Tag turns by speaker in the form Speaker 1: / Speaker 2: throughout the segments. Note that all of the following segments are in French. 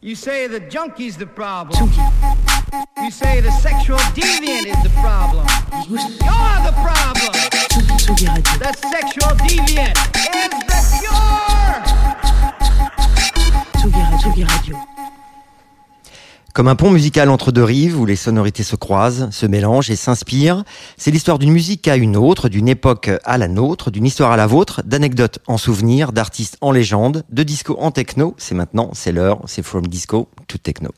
Speaker 1: You say the junkie's the problem. You say the sexual deviant is the problem. You're the problem. The sexual deviant is the cure.
Speaker 2: Tsugi Radio.
Speaker 3: Comme un pont musical entre deux rives où les sonorités se croisent, se mélangent et s'inspirent, c'est l'histoire d'une musique à une autre, d'une époque à la nôtre, d'une histoire à la vôtre, d'anecdotes en souvenirs, d'artistes en légende, de disco en techno. C'est maintenant, c'est l'heure, c'est From Disco to Techno.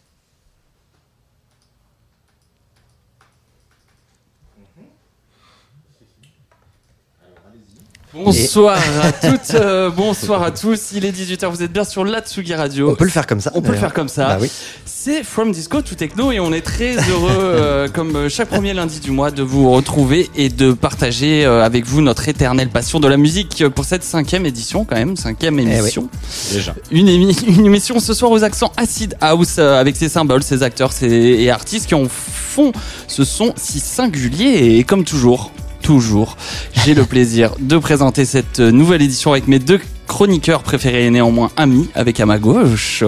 Speaker 4: Bonsoir à toutes, bonsoir à tous, il est 18h, vous êtes bien sur la Tsugi Radio.
Speaker 3: On peut le faire comme ça.
Speaker 4: On peut le faire comme ça.
Speaker 3: Bah oui.
Speaker 4: C'est From Disco to Techno et on est très heureux, comme chaque premier lundi du mois, de vous retrouver et de partager avec vous notre éternelle passion de la musique pour cette 5e édition quand même, 5e émission.
Speaker 3: Oui.
Speaker 4: Déjà. Une émission ce soir aux accents acid house avec ses symboles, ses acteurs et artistes qui en font ce son si singulier et comme toujours, j'ai le plaisir de présenter cette nouvelle édition avec mes deux chroniqueurs préférés et néanmoins amis, avec à ma gauche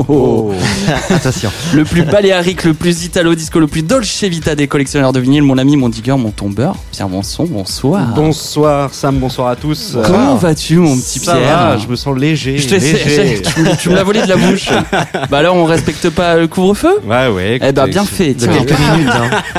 Speaker 3: Attention.
Speaker 4: le plus baléarique, le plus italo-disco, le plus dolce vita des collectionneurs de vinyle, mon ami, mon digger, mon tombeur, Pierre Monson, bonsoir.
Speaker 5: Bonsoir Sam, bonsoir à tous.
Speaker 4: Comment vas-tu mon petit
Speaker 5: ça
Speaker 4: Pierre?
Speaker 5: Va, je me sens léger.
Speaker 4: Tu me l'as volé de la bouche. Bah alors on respecte pas le couvre-feu?
Speaker 5: Ouais.
Speaker 4: Eh bah bien fait.
Speaker 3: De quelques minutes.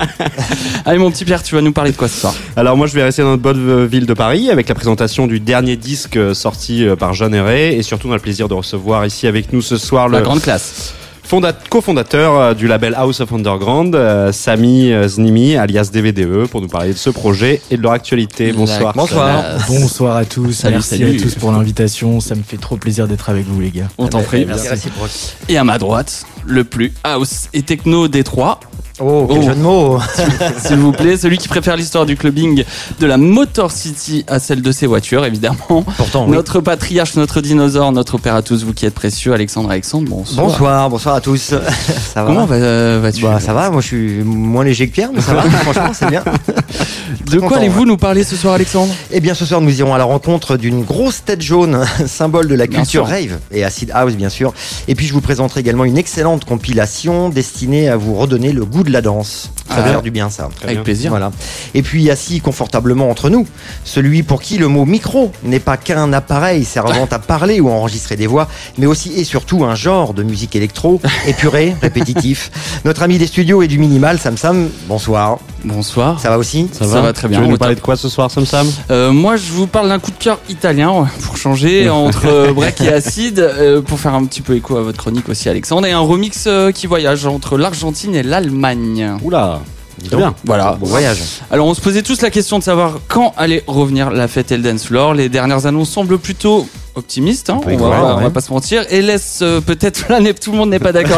Speaker 4: Allez mon petit Pierre, tu vas nous parler de quoi ce soir?
Speaker 5: Alors moi je vais rester dans notre bonne ville de Paris avec la présentation du dernier disque sorti par John Herré et surtout on a le plaisir de recevoir ici avec nous ce soir
Speaker 4: la grande classe.
Speaker 5: Co-fondateur du label House of Underground, Sami Znimi, alias DVDE, pour nous parler de ce projet et de leur actualité. Bonsoir.
Speaker 6: Bonsoir à tous.
Speaker 4: Salut.
Speaker 6: Merci à tous pour l'invitation. Ça me fait trop plaisir d'être avec vous, les gars.
Speaker 4: On t'en prie.
Speaker 3: Merci.
Speaker 4: Et à ma droite, le plus house et techno des trois.
Speaker 3: Oh, quel jeu de mots.
Speaker 4: S'il vous plaît, celui qui préfère l'histoire du clubbing de la Motor City à celle de ses voitures, évidemment.
Speaker 3: Pourtant, oui.
Speaker 4: Notre patriarche, notre dinosaure, notre père à tous, vous qui êtes précieux, Alexandre, bonsoir.
Speaker 3: Bonsoir à tous. Ça va?
Speaker 4: Comment vas-tu?
Speaker 3: Ça va, moi je suis moins léger que Pierre, mais ça va, franchement c'est bien.
Speaker 4: De quoi allez-vous nous parler ce soir, Alexandre?
Speaker 3: Eh bien ce soir nous irons à la rencontre d'une grosse tête jaune, symbole de la culture rave et acid house bien sûr. Et puis je vous présenterai également une excellente compilation destinée à vous redonner le goût de la danse. Ça va faire du bien ça.
Speaker 4: Avec plaisir.
Speaker 3: Voilà. Et puis assis confortablement entre nous, celui pour qui le mot micro n'est pas qu'un appareil servant à parler ou à enregistrer des voix, mais aussi et surtout un genre de musique électro, épuré, répétitif. Notre ami des studios et du minimal, Sam, bonsoir.
Speaker 4: Bonsoir.
Speaker 3: Ça va aussi?
Speaker 4: Ça va très bien.
Speaker 5: Tu veux nous parler de quoi ce soir, Sam?
Speaker 4: Moi, je vous parle d'un coup de cœur italien, pour changer, entre break et acid, pour faire un petit peu écho à votre chronique aussi, Alexandre, et un remix qui voyage entre l'Argentine et l'Allemagne.
Speaker 5: Oula, c'est bien.
Speaker 4: Voilà.
Speaker 3: Bon voyage.
Speaker 4: Alors, on se posait tous la question de savoir quand allait revenir la fête et le dance floor. Les dernières annonces semblent plutôt optimistes, on va pas se mentir, et laisse peut-être planer, tout le monde n'est pas d'accord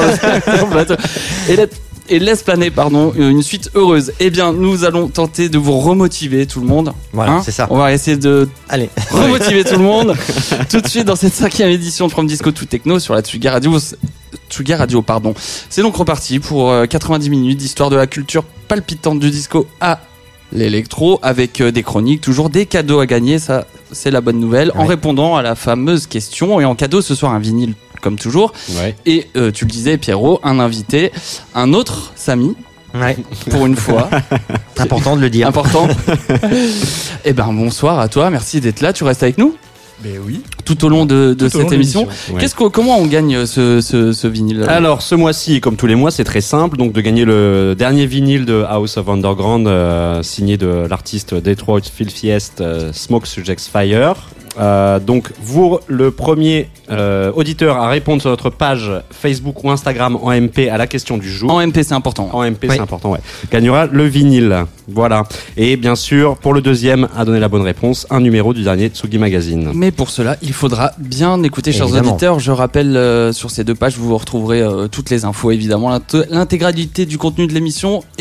Speaker 4: et laisse planer une suite heureuse. Eh bien, nous allons tenter de vous remotiver tout le monde.
Speaker 3: Voilà, c'est ça.
Speaker 4: On va essayer de remotiver tout le monde tout de suite dans cette 5e édition de From Disco to Techno sur la Tsugi Radio. C'est donc reparti pour 90 minutes d'histoire de la culture palpitante du disco à l'électro, avec des chroniques, toujours des cadeaux à gagner, ça c'est la bonne nouvelle, en répondant à la fameuse question, et en cadeau ce soir un vinyle comme toujours, et tu le disais Pierrot, un invité, un autre Sami, pour une fois.
Speaker 3: Important de le dire.
Speaker 4: Important. Eh ben bonsoir à toi, merci d'être là, tu restes avec nous?
Speaker 6: Ben oui.
Speaker 4: Tout au long de cette émission. Comment on gagne ce vinyle?
Speaker 5: Alors ce mois-ci, comme tous les mois, c'est très simple. Donc de gagner le dernier vinyle de House of Underground signé de l'artiste Detroit Filthiest, Smoke Subjects Fire. Donc vous, le premier auditeur à répondre sur notre page Facebook ou Instagram en MP à la question du jour.
Speaker 4: En MP c'est important.
Speaker 5: En MP c'est important, gagnera le vinyle. Voilà. Et bien sûr, pour le deuxième à donner la bonne réponse, un numéro du dernier Tsugi Magazine.
Speaker 4: Mais pour cela, il faudra bien écouter, chers auditeurs. Je rappelle, sur ces deux pages, vous retrouverez toutes les infos, évidemment, l'intégralité du contenu de l'émission et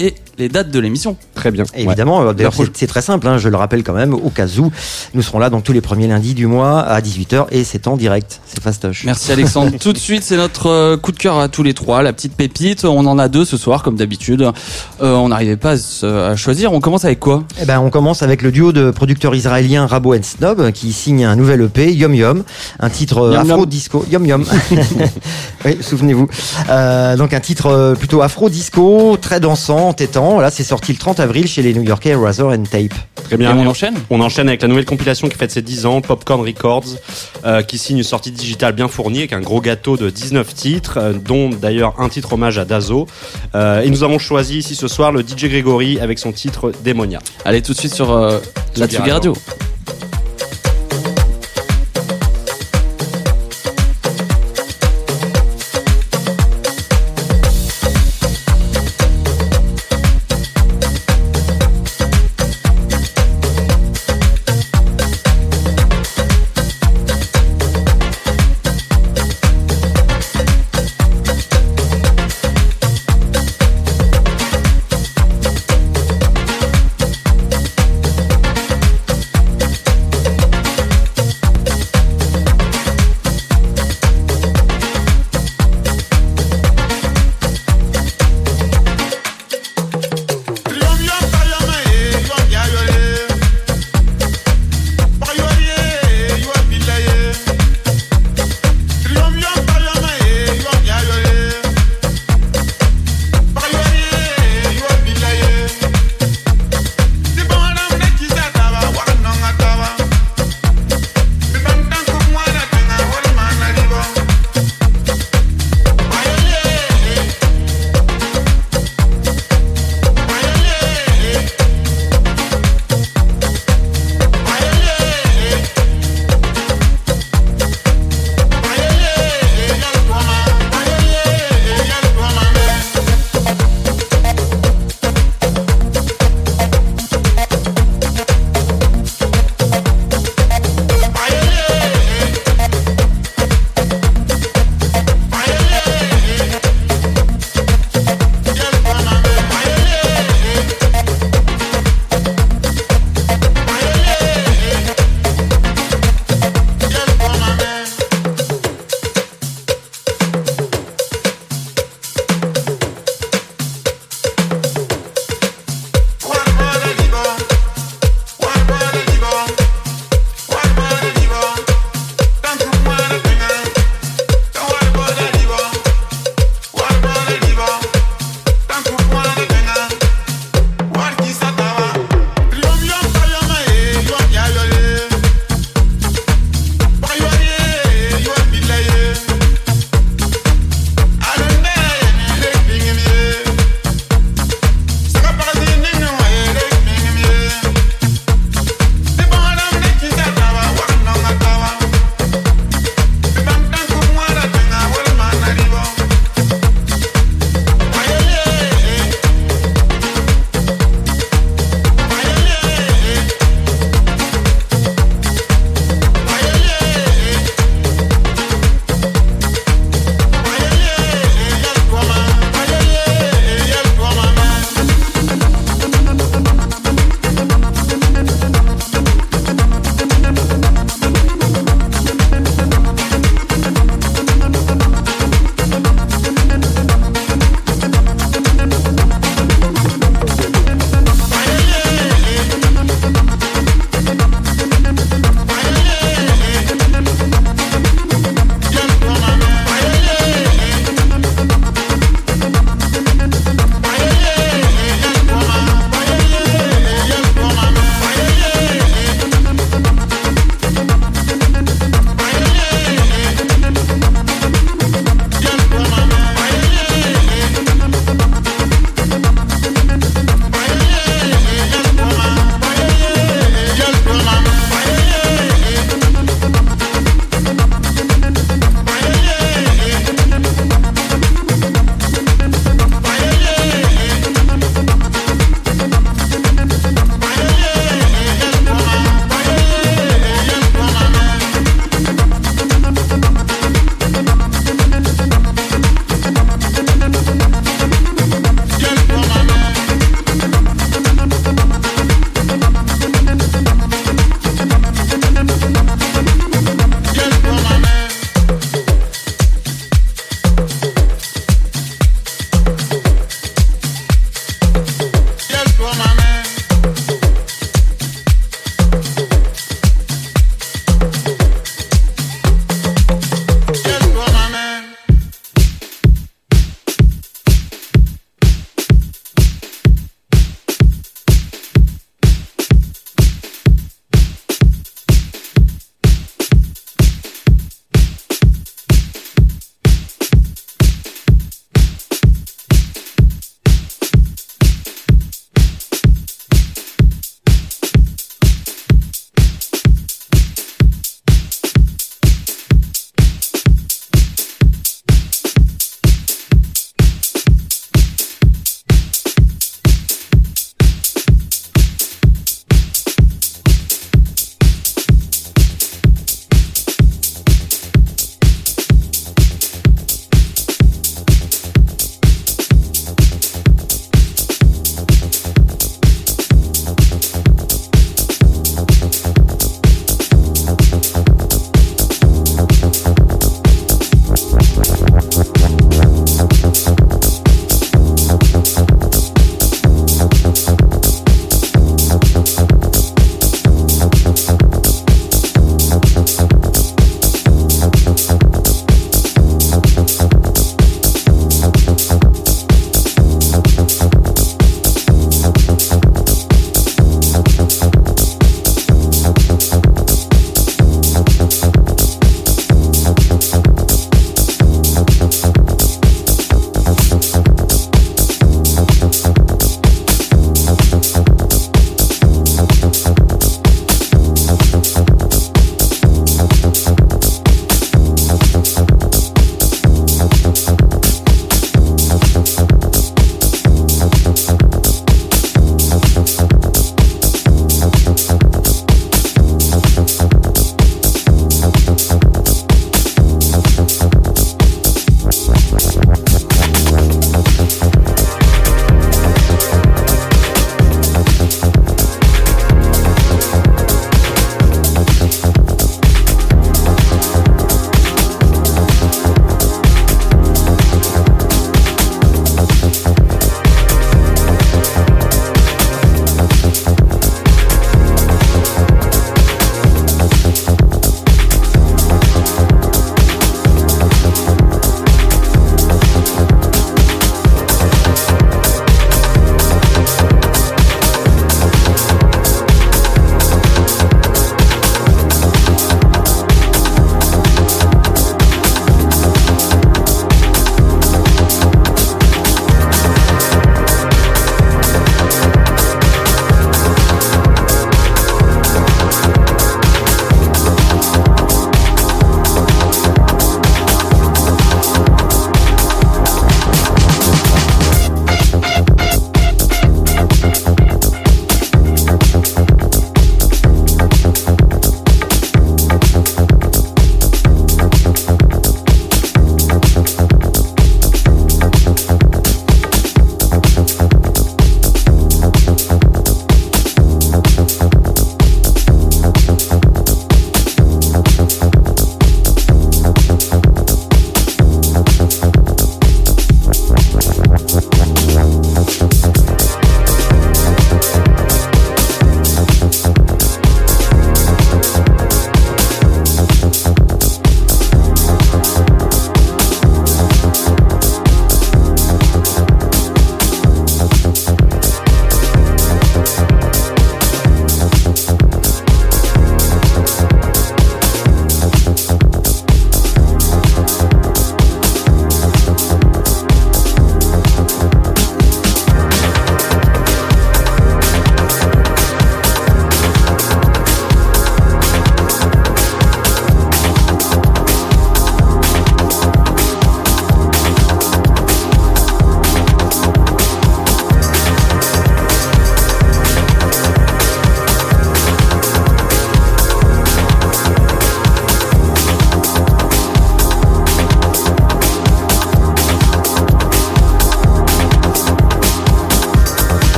Speaker 4: les dates de l'émission.
Speaker 5: Très bien.
Speaker 3: Évidemment, d'ailleurs c'est très simple, je le rappelle quand même, au cas où, nous serons là donc tous les premiers lundis du mois à 18h et c'est en direct, c'est fastoche.
Speaker 4: Merci Alexandre. Tout de suite, c'est notre coup de cœur à tous les trois, la petite pépite. On en a deux ce soir comme d'habitude. On n'arrivait pas à choisir, on commence avec quoi ?
Speaker 3: On commence avec le duo de producteurs israéliens Rabo and Snob qui signe un nouvel EP, Yum Yum, un titre afro-disco. Yum Yum. Oui, souvenez-vous. Donc un titre plutôt afro-disco, très dansant, entêtant. Là, c'est sorti le 30 avril chez les New-Yorkais Razor and Tape.
Speaker 5: Très bien.
Speaker 4: Et on enchaîne ?
Speaker 5: On enchaîne avec la nouvelle compilation qui fête ses 10 ans, Popcorn Records, qui signe une sortie digitale bien fournie avec un gros gâteau de 19 titres, dont d'ailleurs un titre hommage à Dazo. Et nous avons choisi ici ce soir le DJ Grégory avec son titre Démonia.
Speaker 4: Allez, tout de suite sur la Tsugi Radio.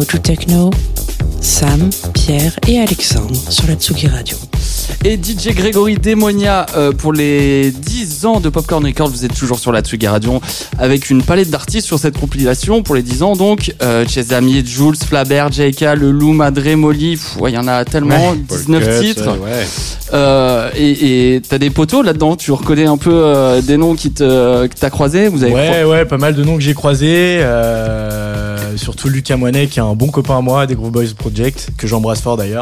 Speaker 2: to Techno, Sam, Pierre et Alexandre sur la Tsugi Radio.
Speaker 4: Et DJ Grégory Démonia pour les 10 ans de Popcorn Records, vous êtes toujours sur la Tsugi Radio avec une palette d'artistes sur cette compilation pour les 10 ans donc Chezami, Jules, Flabert, JK, Lelou, Madré, Molly, il y en a tellement, 19 titres. Et t'as des potos là-dedans, tu reconnais un peu des noms que t'as croisés, vous avez
Speaker 6: Ouais, pas mal de noms que j'ai croisés, surtout Lucas Moinet qui est un bon copain à moi des Groove Boys Project, que j'embrasse fort d'ailleurs.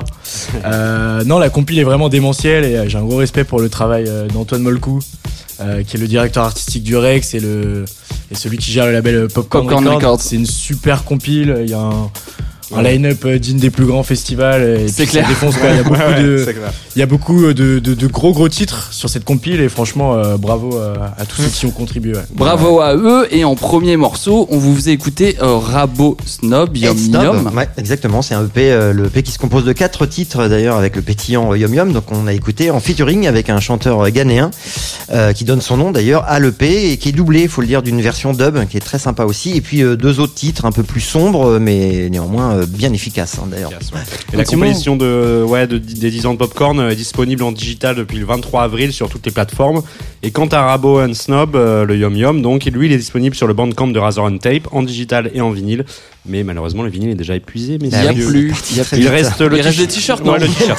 Speaker 6: Non, la compile est vraiment démentielle et j'ai un gros respect pour le travail d'Antoine Molcou, qui est le directeur artistique du Rex et celui qui gère le label Popcorn Records. C'est une super compile, il y a un line-up digne des plus grands festivals et
Speaker 4: c'est clair.
Speaker 6: Ça défonce, quoi. Il y a beaucoup de gros titres sur cette compile et franchement bravo à tous ceux qui ont contribué.
Speaker 4: Bravo à eux. Et en premier morceau on vous faisait écouter Rabo Snob Yum Yum.
Speaker 3: Ouais, exactement, c'est un EP, le EP qui se compose de 4 titres d'ailleurs avec le pétillant Yum Yum. Donc on a écouté en featuring avec un chanteur ghanéen qui donne son nom d'ailleurs à l'EP et qui est doublé, il faut le dire, d'une version dub qui est très sympa aussi. Et puis 2 autres titres un peu plus sombres mais néanmoins bien efficace d'ailleurs.
Speaker 5: Et la compilation des 10 ans de Popcorn est disponible en digital depuis le 23 avril sur toutes les plateformes. Et quant à Rabo and Snob, le Yum Yum, donc lui il est disponible sur le Bandcamp de Razor and Tape en digital et en vinyle. Mais malheureusement le vinyle est déjà épuisé. Mais il reste
Speaker 4: des t-shirts, non?
Speaker 5: Ouais, le t-shirt.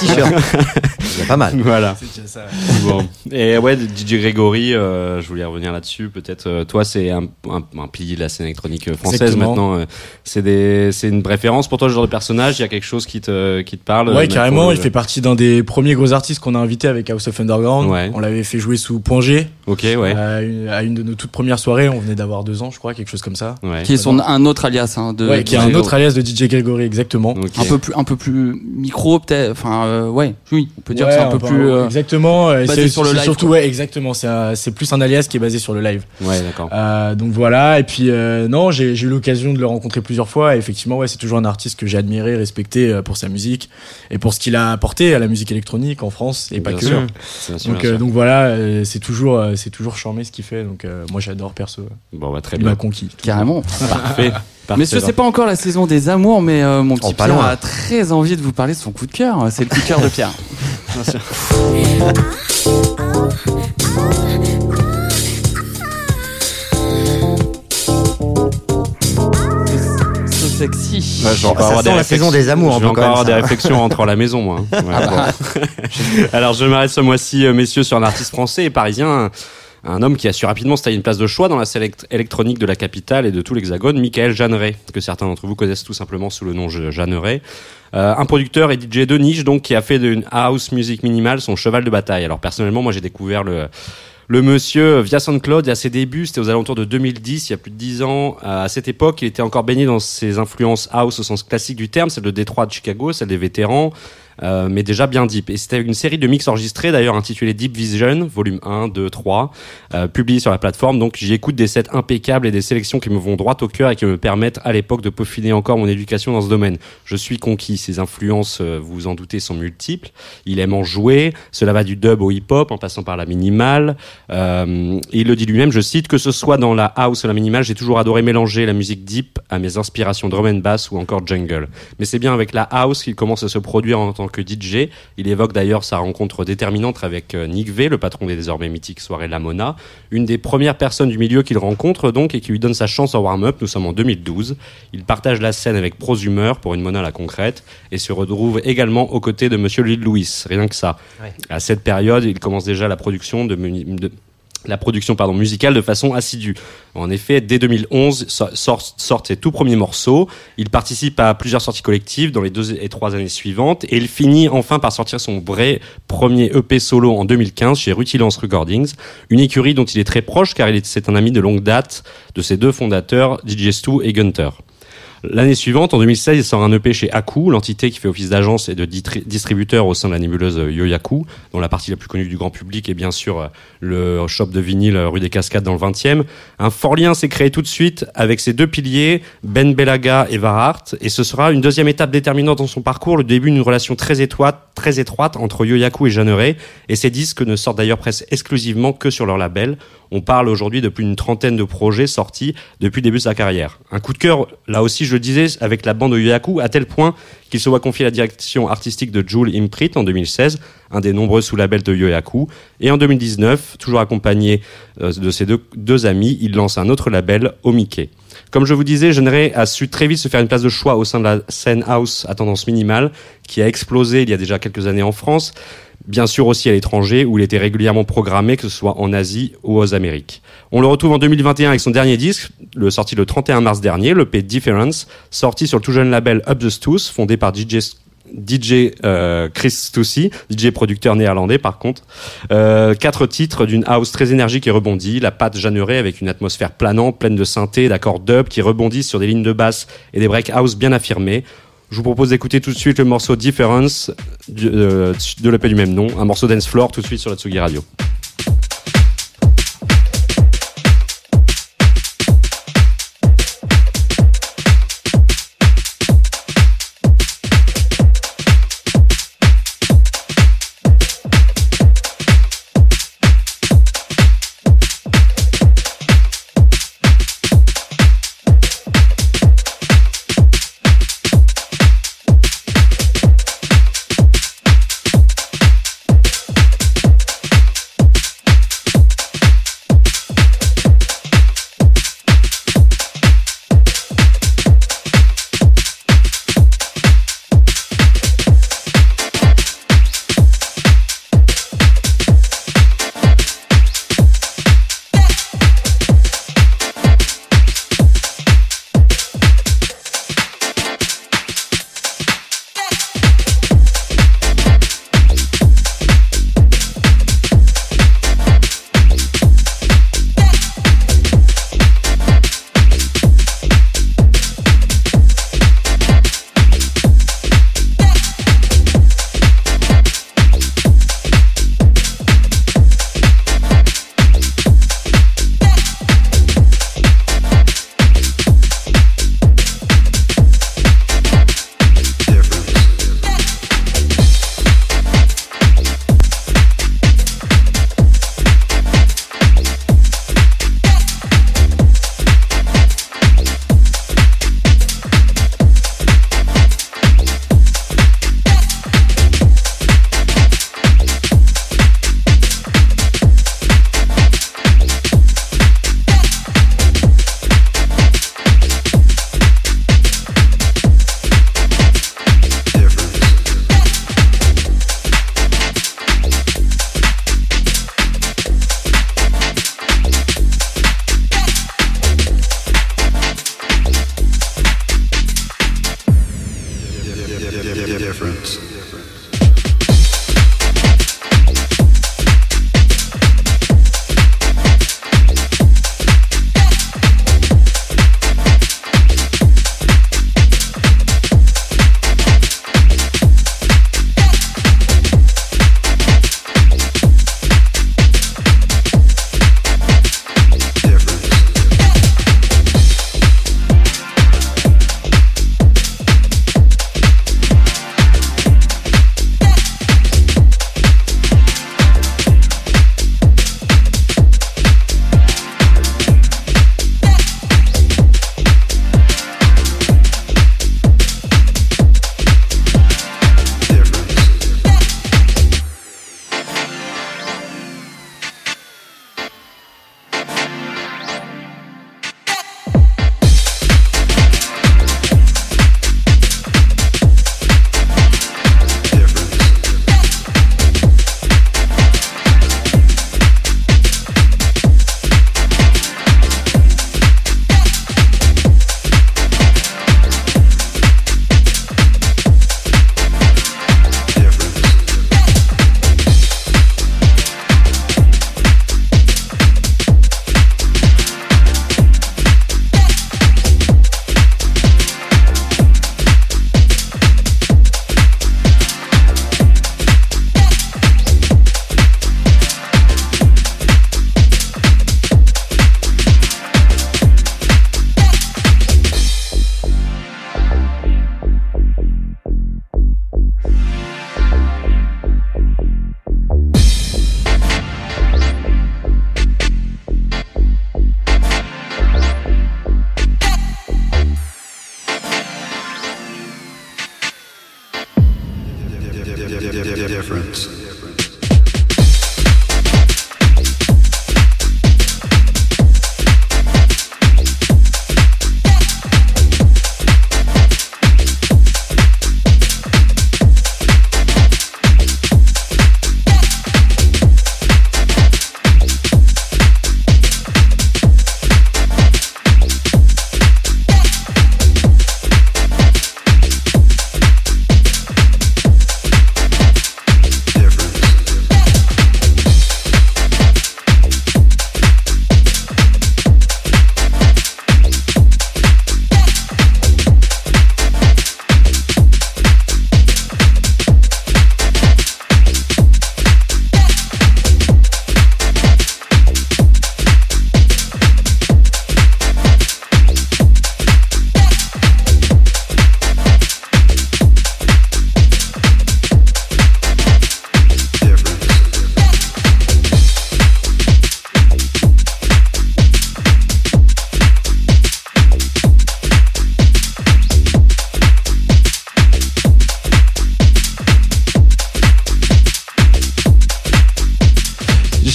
Speaker 3: C'est pas mal.
Speaker 5: Voilà.
Speaker 6: C'est déjà ça.
Speaker 5: Bon. Et DJ Grégory, je voulais revenir là-dessus. Peut-être toi c'est un pilier de la scène électronique française.
Speaker 6: Exactement.
Speaker 5: Maintenant. C'est une référence pour toi, ce genre de personnage. Il y a quelque chose qui te parle.
Speaker 6: Ouais, carrément. Il fait partie d'un des premiers gros artistes qu'on a invité avec House of Underground.
Speaker 5: Ouais.
Speaker 6: On l'avait fait jouer sous Point G.
Speaker 5: Ok, ouais.
Speaker 6: À une de nos toutes premières soirées. On venait d'avoir 2 ans, je crois, quelque chose comme ça.
Speaker 5: Ouais.
Speaker 4: Qui est un autre alias
Speaker 6: qui est un autre alias de DJ Grégory, exactement.
Speaker 5: Okay.
Speaker 4: Un peu plus micro peut-être. Enfin, oui, on peut dire que c'est un peu plus.
Speaker 6: Exactement.
Speaker 4: Basé sur le live.
Speaker 6: Surtout, ouais, exactement. C'est plus un alias qui est basé sur le live.
Speaker 5: Ouais, d'accord.
Speaker 6: Donc voilà. Et puis non, j'ai eu l'occasion de le rencontrer plusieurs fois. Et effectivement, ouais, c'est toujours un artiste que j'ai admiré, respecté pour sa musique et pour ce qu'il a apporté à la musique électronique en France et pas
Speaker 5: bien
Speaker 6: que.
Speaker 5: sûr.
Speaker 6: Donc voilà, c'est toujours charmé ce qu'il fait. Donc moi j'adore perso.
Speaker 5: Bon, bah, très
Speaker 6: Il
Speaker 5: bien.
Speaker 6: m'a conquis.
Speaker 4: Carrément.
Speaker 5: Parfait.
Speaker 4: Messieurs, c'est pas encore la saison des amours, mais mon petit Pierre
Speaker 3: loin.
Speaker 4: a très envie de vous parler de son coup de cœur. C'est le coup de cœur de Pierre.
Speaker 5: Bien sûr.
Speaker 4: Sexy.
Speaker 5: Ouais,
Speaker 3: Ça sent la saison des amours.
Speaker 5: Je vais encore avoir des réflexions en rentrant à la maison, moi. Ouais, bon. Alors, je m'arrête ce mois-ci, messieurs, sur un artiste français et parisien, un homme qui a su rapidement se tailler une place de choix dans la scène électronique de la capitale et de tout l'Hexagone, Michael Jeanneret, que certains d'entre vous connaissent tout simplement sous le nom Jeanneret. Un producteur et DJ de niche, donc, qui a fait d'une house music minimale son cheval de bataille. Alors, personnellement, moi, j'ai découvert le monsieur via SoundCloud à ses débuts, c'était aux alentours de 2010, il y a plus de 10 ans. À cette époque, il était encore baigné dans ses influences house au sens classique du terme, celle de Détroit, de Chicago, celle des vétérans, mais déjà bien deep. Et c'était une série de mix enregistrés, d'ailleurs intitulée Deep Vision, volume 1, 2, 3, publié sur la plateforme. Donc j'y écoute des sets impeccables et des sélections qui me vont droit au cœur et qui me permettent à l'époque de peaufiner encore mon éducation dans ce domaine. Je suis conquis, ses influences, vous vous en doutez, sont multiples. Il aime en jouer, cela va du dub au hip-hop en passant par la minimale. Et il le dit lui-même, je cite, que ce soit dans la house ou la minimale, j'ai toujours adoré mélanger la musique deep à mes inspirations drum and bass ou encore jungle. Mais c'est bien avec la house qu'il commence à se produire en tant que DJ. Il évoque d'ailleurs sa rencontre déterminante avec Nick V, le patron des désormais mythiques soirées La Mona, une des premières personnes du milieu qu'il rencontre donc et qui lui donne sa chance en warm-up. Nous sommes en 2012. Il partage la scène avec Prosumer pour une Mona la concrète et se retrouve également aux côtés de Monsieur Lil Louis, rien que ça. Ouais. À cette période, il commence déjà la production musicale de façon assidue. En effet, dès 2011, sortent ses tout premiers morceaux. Il participe à plusieurs sorties collectives dans les 2 et 3 années suivantes et il finit enfin par sortir son vrai premier EP solo en 2015 chez Rutilance Recordings, une écurie dont il est très proche car c'est un ami de longue date de ses 2 fondateurs, DJ Stu et Gunter. L'année suivante, en 2016, il sort un EP chez Aku, l'entité qui fait office d'agence et de distributeur au sein de la nébuleuse Yoyaku, dont la partie la plus connue du grand public est bien sûr le shop de vinyle rue des Cascades dans le 20e. Un fort lien s'est créé tout de suite avec ses 2 piliers, Ben Belaga et Varhart, et ce sera une deuxième étape déterminante dans son parcours, le début d'une relation très étroite entre Yoyaku et Jeanneret, et ces disques ne sortent d'ailleurs presque exclusivement que sur leur label. On parle aujourd'hui de plus d'une trentaine de projets sortis depuis le début de sa carrière. Un coup de cœur, là aussi je le disais, avec la bande de Yoyaku, à tel point qu'il se voit confier la direction artistique de Jewel Imprint en 2016, un des nombreux sous-labels de Yoyaku. Et en 2019, toujours accompagné de ses deux amis, il lance un autre label, Omike. Comme je vous disais, Jeanneret a su très vite se faire une place de choix au sein de la scène house à tendance minimale, qui a explosé il y a déjà quelques années en France, bien sûr aussi à l'étranger, où il était régulièrement programmé, que ce soit en Asie ou aux Amériques. On le retrouve en 2021 avec son dernier disque, sorti le 31 mars dernier, l'EP Difference, sorti sur le tout jeune label Up the Stoos, fondé par DJ Chris Stussy, DJ producteur néerlandais par contre. 4 titres d'une house très énergique et rebondie, la patte Jeanneret avec une atmosphère planante, pleine de synthés, d'accords dub qui rebondissent sur des lignes de basse et des break house bien affirmés. Je vous propose d'écouter tout de suite le morceau Difference de l'EP du même nom, un morceau dance floor tout de suite sur la Tsugi Radio.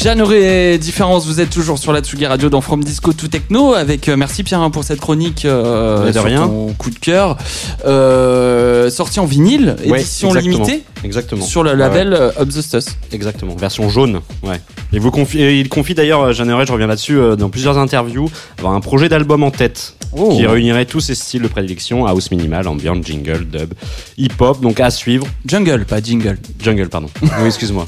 Speaker 4: Genre et différence, vous êtes toujours sur la Tsugi Radio dans From Disco to Techno avec merci Pierre pour cette chronique sur
Speaker 5: rien.
Speaker 4: Ton coup de cœur sorti en vinyle, édition limitée.
Speaker 5: Exactement.
Speaker 4: Sur le label Up the Stuss.
Speaker 5: Exactement, version jaune. Ouais. Et il confie d'ailleurs, Jeanne, je reviens là-dessus, dans plusieurs interviews, avoir un projet d'album en tête qui réunirait tous ses styles de prédilection, house minimal, ambient, jingle, dub, hip-hop, donc à suivre.
Speaker 4: Jungle, pas jingle.
Speaker 5: Jungle, pardon. Oui, excuse-moi.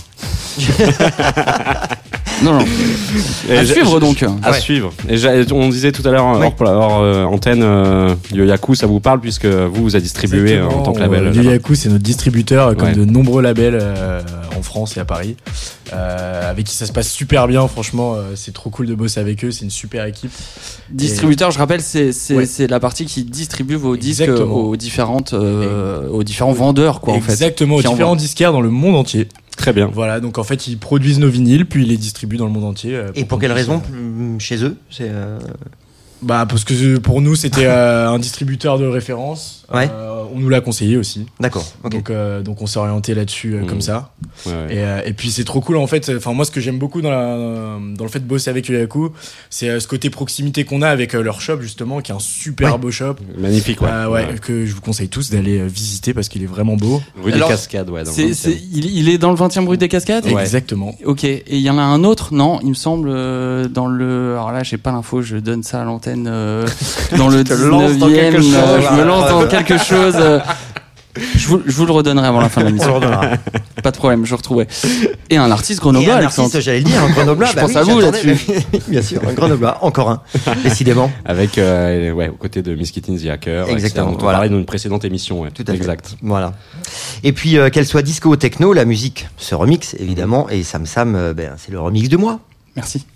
Speaker 4: Non. À suivre donc.
Speaker 5: À suivre. Et on disait tout à l'heure hors antenne, Yoyaku, ça vous parle puisque vous a distribué en tant que label.
Speaker 6: Yoyaku, c'est notre distributeur comme de nombreux labels en France et à Paris, avec qui ça se passe super bien. Franchement, c'est trop cool de bosser avec eux. C'est une super équipe.
Speaker 4: Distributeur, je rappelle, c'est la partie qui distribue vos disques aux différents vendeurs, quoi.
Speaker 6: Exactement,
Speaker 4: en fait,
Speaker 6: aux différents disquaires dans le monde entier.
Speaker 5: Très bien.
Speaker 6: Voilà, donc en fait, ils produisent nos vinyles, puis ils les distribuent dans le monde entier.
Speaker 3: Et pour quelle raison chez eux
Speaker 6: parce que pour nous, c'était un distributeur de référence.
Speaker 3: Ouais.
Speaker 6: On nous l'a conseillé aussi.
Speaker 3: D'accord. Okay.
Speaker 6: Donc on s'est orienté là-dessus comme ça.
Speaker 5: Ouais.
Speaker 6: Et puis c'est trop cool en fait. Enfin moi, ce que j'aime beaucoup dans le fait de bosser avec Yoyaku, c'est ce côté proximité qu'on a avec leur shop justement, qui est un super beau shop.
Speaker 5: Magnifique,
Speaker 6: que je vous conseille tous d'aller visiter parce qu'il est vraiment beau.
Speaker 5: Rue des Cascades,
Speaker 4: il est dans le 20e rue des Cascades.
Speaker 6: Ouais. Exactement.
Speaker 4: Ok. Et il y en a un autre, non Il me semble dans le. Alors là, j'ai pas l'info. Je donne ça à l'antenne. Dans le 19e, je me lance dans quelque chose. Je vous le redonnerai avant la fin de l'émission. Pas de problème, je retrouverai. Et un artiste grenoblois.
Speaker 3: Un artiste, j'allais le dire, un grenoblois.
Speaker 4: Je pense à vous là-dessus.
Speaker 3: Bien sûr, un grenoblois, encore un, décidément.
Speaker 5: Avec, aux côtés de Miss Kitty the Hacker.
Speaker 3: Exactement.
Speaker 5: On parlait dans une précédente émission.
Speaker 3: Tout à fait.
Speaker 5: Exact.
Speaker 3: Voilà. Et puis, qu'elle soit disco ou techno, la musique se remixe, évidemment. Et Sam, c'est le remix du mois.
Speaker 4: Merci.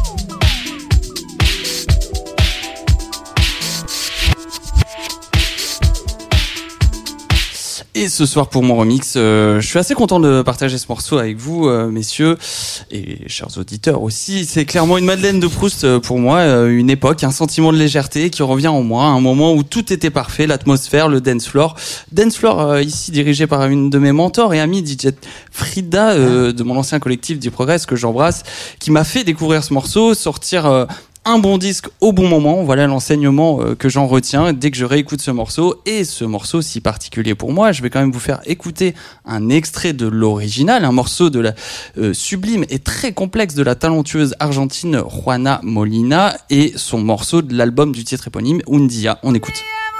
Speaker 4: Et ce soir pour mon remix, je suis assez content de partager ce morceau avec vous, messieurs, et chers auditeurs aussi. C'est clairement une Madeleine de Proust pour moi, une époque, un sentiment de légèreté qui revient en moi, un moment où tout était parfait, l'atmosphère, le dance floor. Dance floor ici dirigé par une de mes mentors et amies, DJ Frida, de mon ancien collectif du Progress que j'embrasse, qui m'a fait découvrir ce morceau, sortir un bon disque au bon moment, voilà l'enseignement que j'en retiens dès que je réécoute ce morceau. Et ce morceau si particulier pour moi, je vais quand même vous faire écouter un extrait de l'original, un morceau de la sublime et très complexe de la talentueuse argentine Juana Molina et son morceau de l'album du titre éponyme, Un Día. On écoute.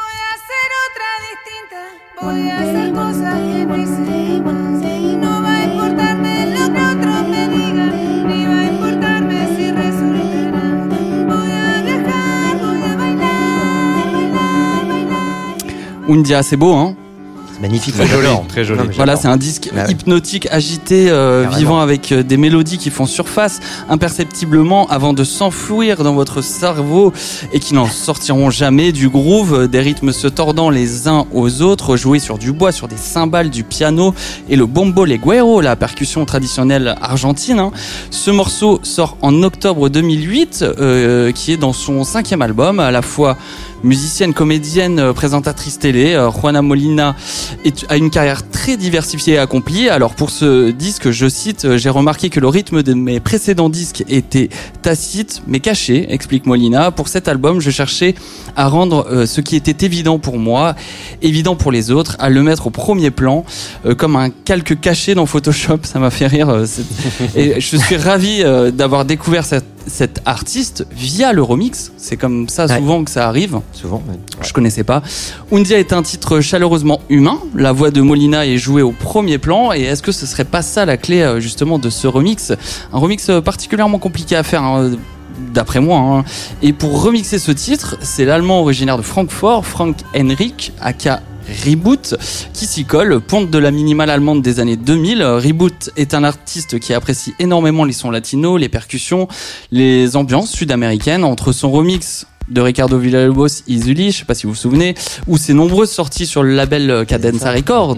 Speaker 4: Un Día, c'est beau, hein?
Speaker 3: C'est magnifique,
Speaker 5: très joli.
Speaker 4: Voilà, c'est un disque hypnotique, agité, vivant avec des mélodies qui font surface imperceptiblement avant de s'enfouir dans votre cerveau et qui n'en sortiront jamais, du groove, des rythmes se tordant les uns aux autres, joués sur du bois, sur des cymbales, du piano et le bombo leguero, la percussion traditionnelle argentine. Hein. Ce morceau sort en octobre 2008, qui est dans son 5e album, à la fois musicienne, comédienne, présentatrice télé. Juana Molina a une carrière très diversifiée et accomplie. Alors pour ce disque, je cite, j'ai remarqué que le rythme de mes précédents disques était tacite mais caché, explique Molina. Pour cet album, je cherchais à rendre ce qui était évident pour moi, évident pour les autres, à le mettre au premier plan, comme un calque caché dans Photoshop. Ça m'a fait rire. Et je suis ravi d'avoir découvert cet artiste via le remix. C'est comme ça souvent que ça arrive.
Speaker 3: Souvent, ouais.
Speaker 4: Je connaissais pas. Un Día est un titre chaleureusement humain. La voix de Molina est jouée au premier plan. Et est-ce que ce serait pas ça la clé justement de ce remix? Un remix particulièrement compliqué à faire, hein, d'après moi. Hein. Et pour remixer ce titre, c'est l'Allemand originaire de Francfort, Frank Henrik, aka Reboot, qui s'y colle, ponte de la minimale allemande des années 2000. Reboot est un artiste qui apprécie énormément les sons latinos, les percussions, les ambiances sud-américaines. Entre son remix de Ricardo Villalobos, Easily, je sais pas si vous vous souvenez, ou ses nombreuses sorties sur le label Cadenza Records,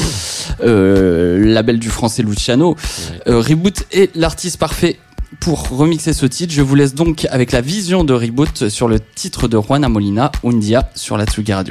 Speaker 4: label du français Luciano, Reboot est l'artiste parfait pour remixer ce titre. Je vous laisse donc avec la vision de Reboot sur le titre de Juana Molina, Un Día, sur la Tsugi Radio.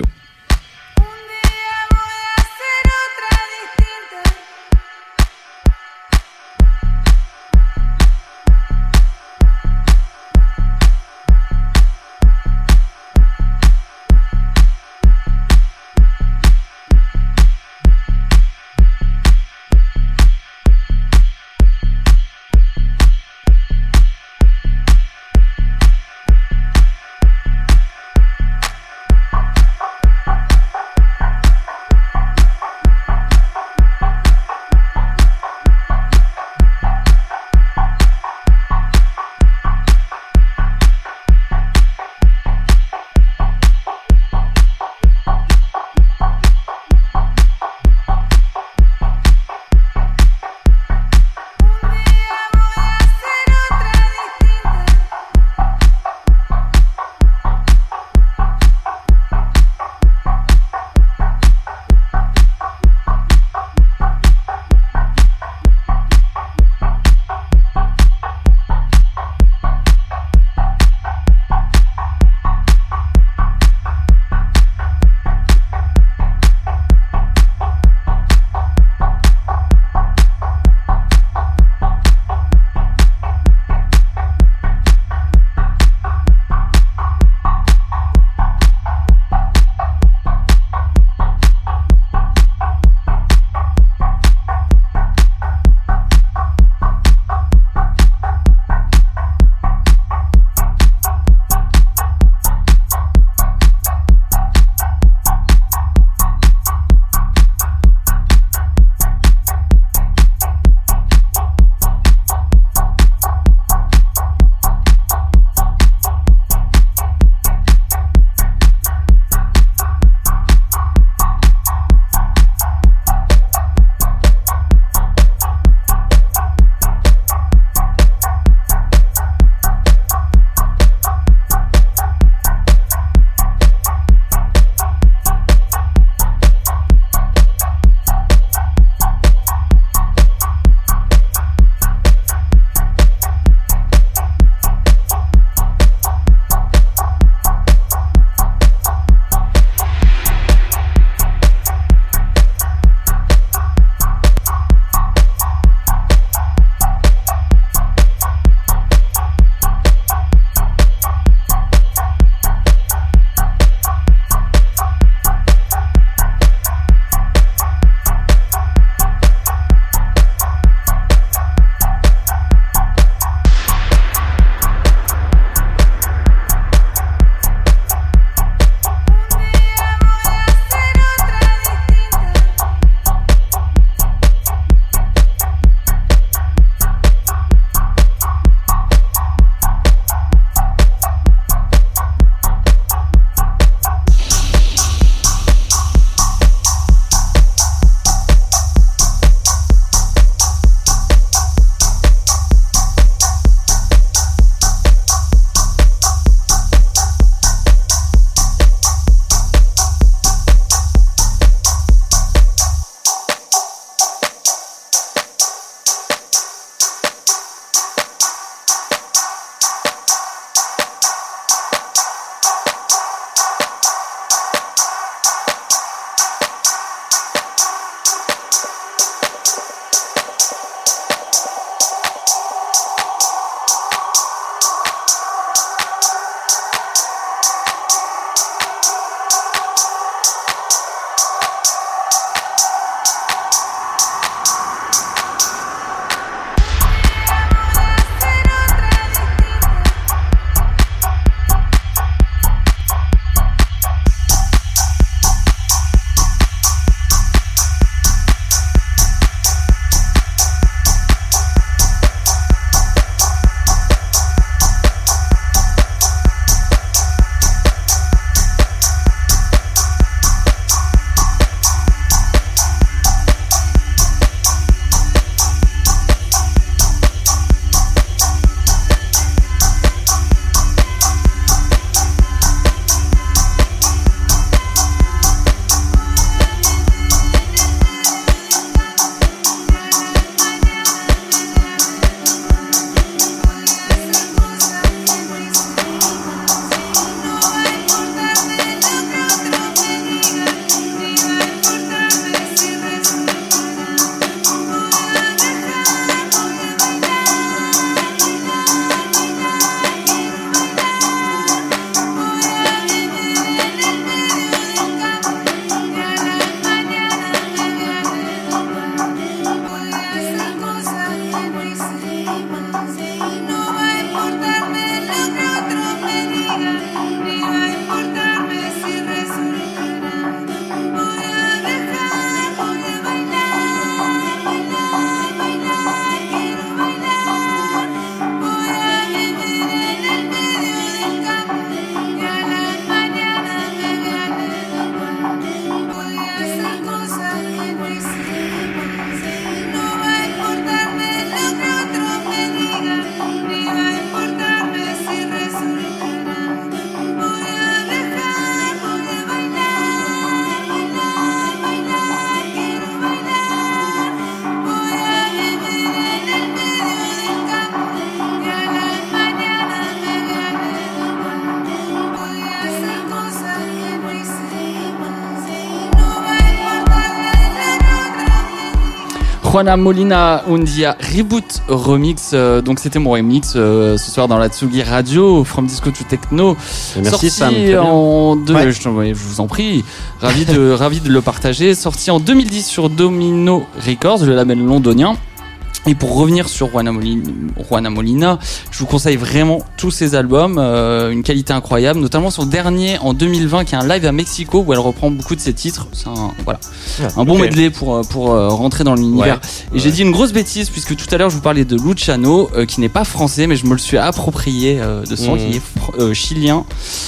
Speaker 4: Juana Molina Undia Reboot Remix. Donc c'était mon remix ce soir dans la Tsugi Radio, From Disco to Techno.
Speaker 5: Et merci
Speaker 4: sorti
Speaker 5: Sam.
Speaker 4: en deux.
Speaker 3: Ouais.
Speaker 4: Je vous en prie. Ravi de le partager. Sorti en 2010 sur Domino Records, le label londonien. Et pour revenir sur Juana Molina, je vous conseille vraiment tous ses albums, une qualité incroyable, notamment son dernier en 2020 qui est un live à Mexico où elle reprend beaucoup de ses titres. C'est un bon medley pour rentrer dans l'univers. Et j'ai dit une grosse bêtise puisque tout à l'heure je vous parlais de Luciano qui n'est pas français mais je me le suis approprié de son qui est chilien,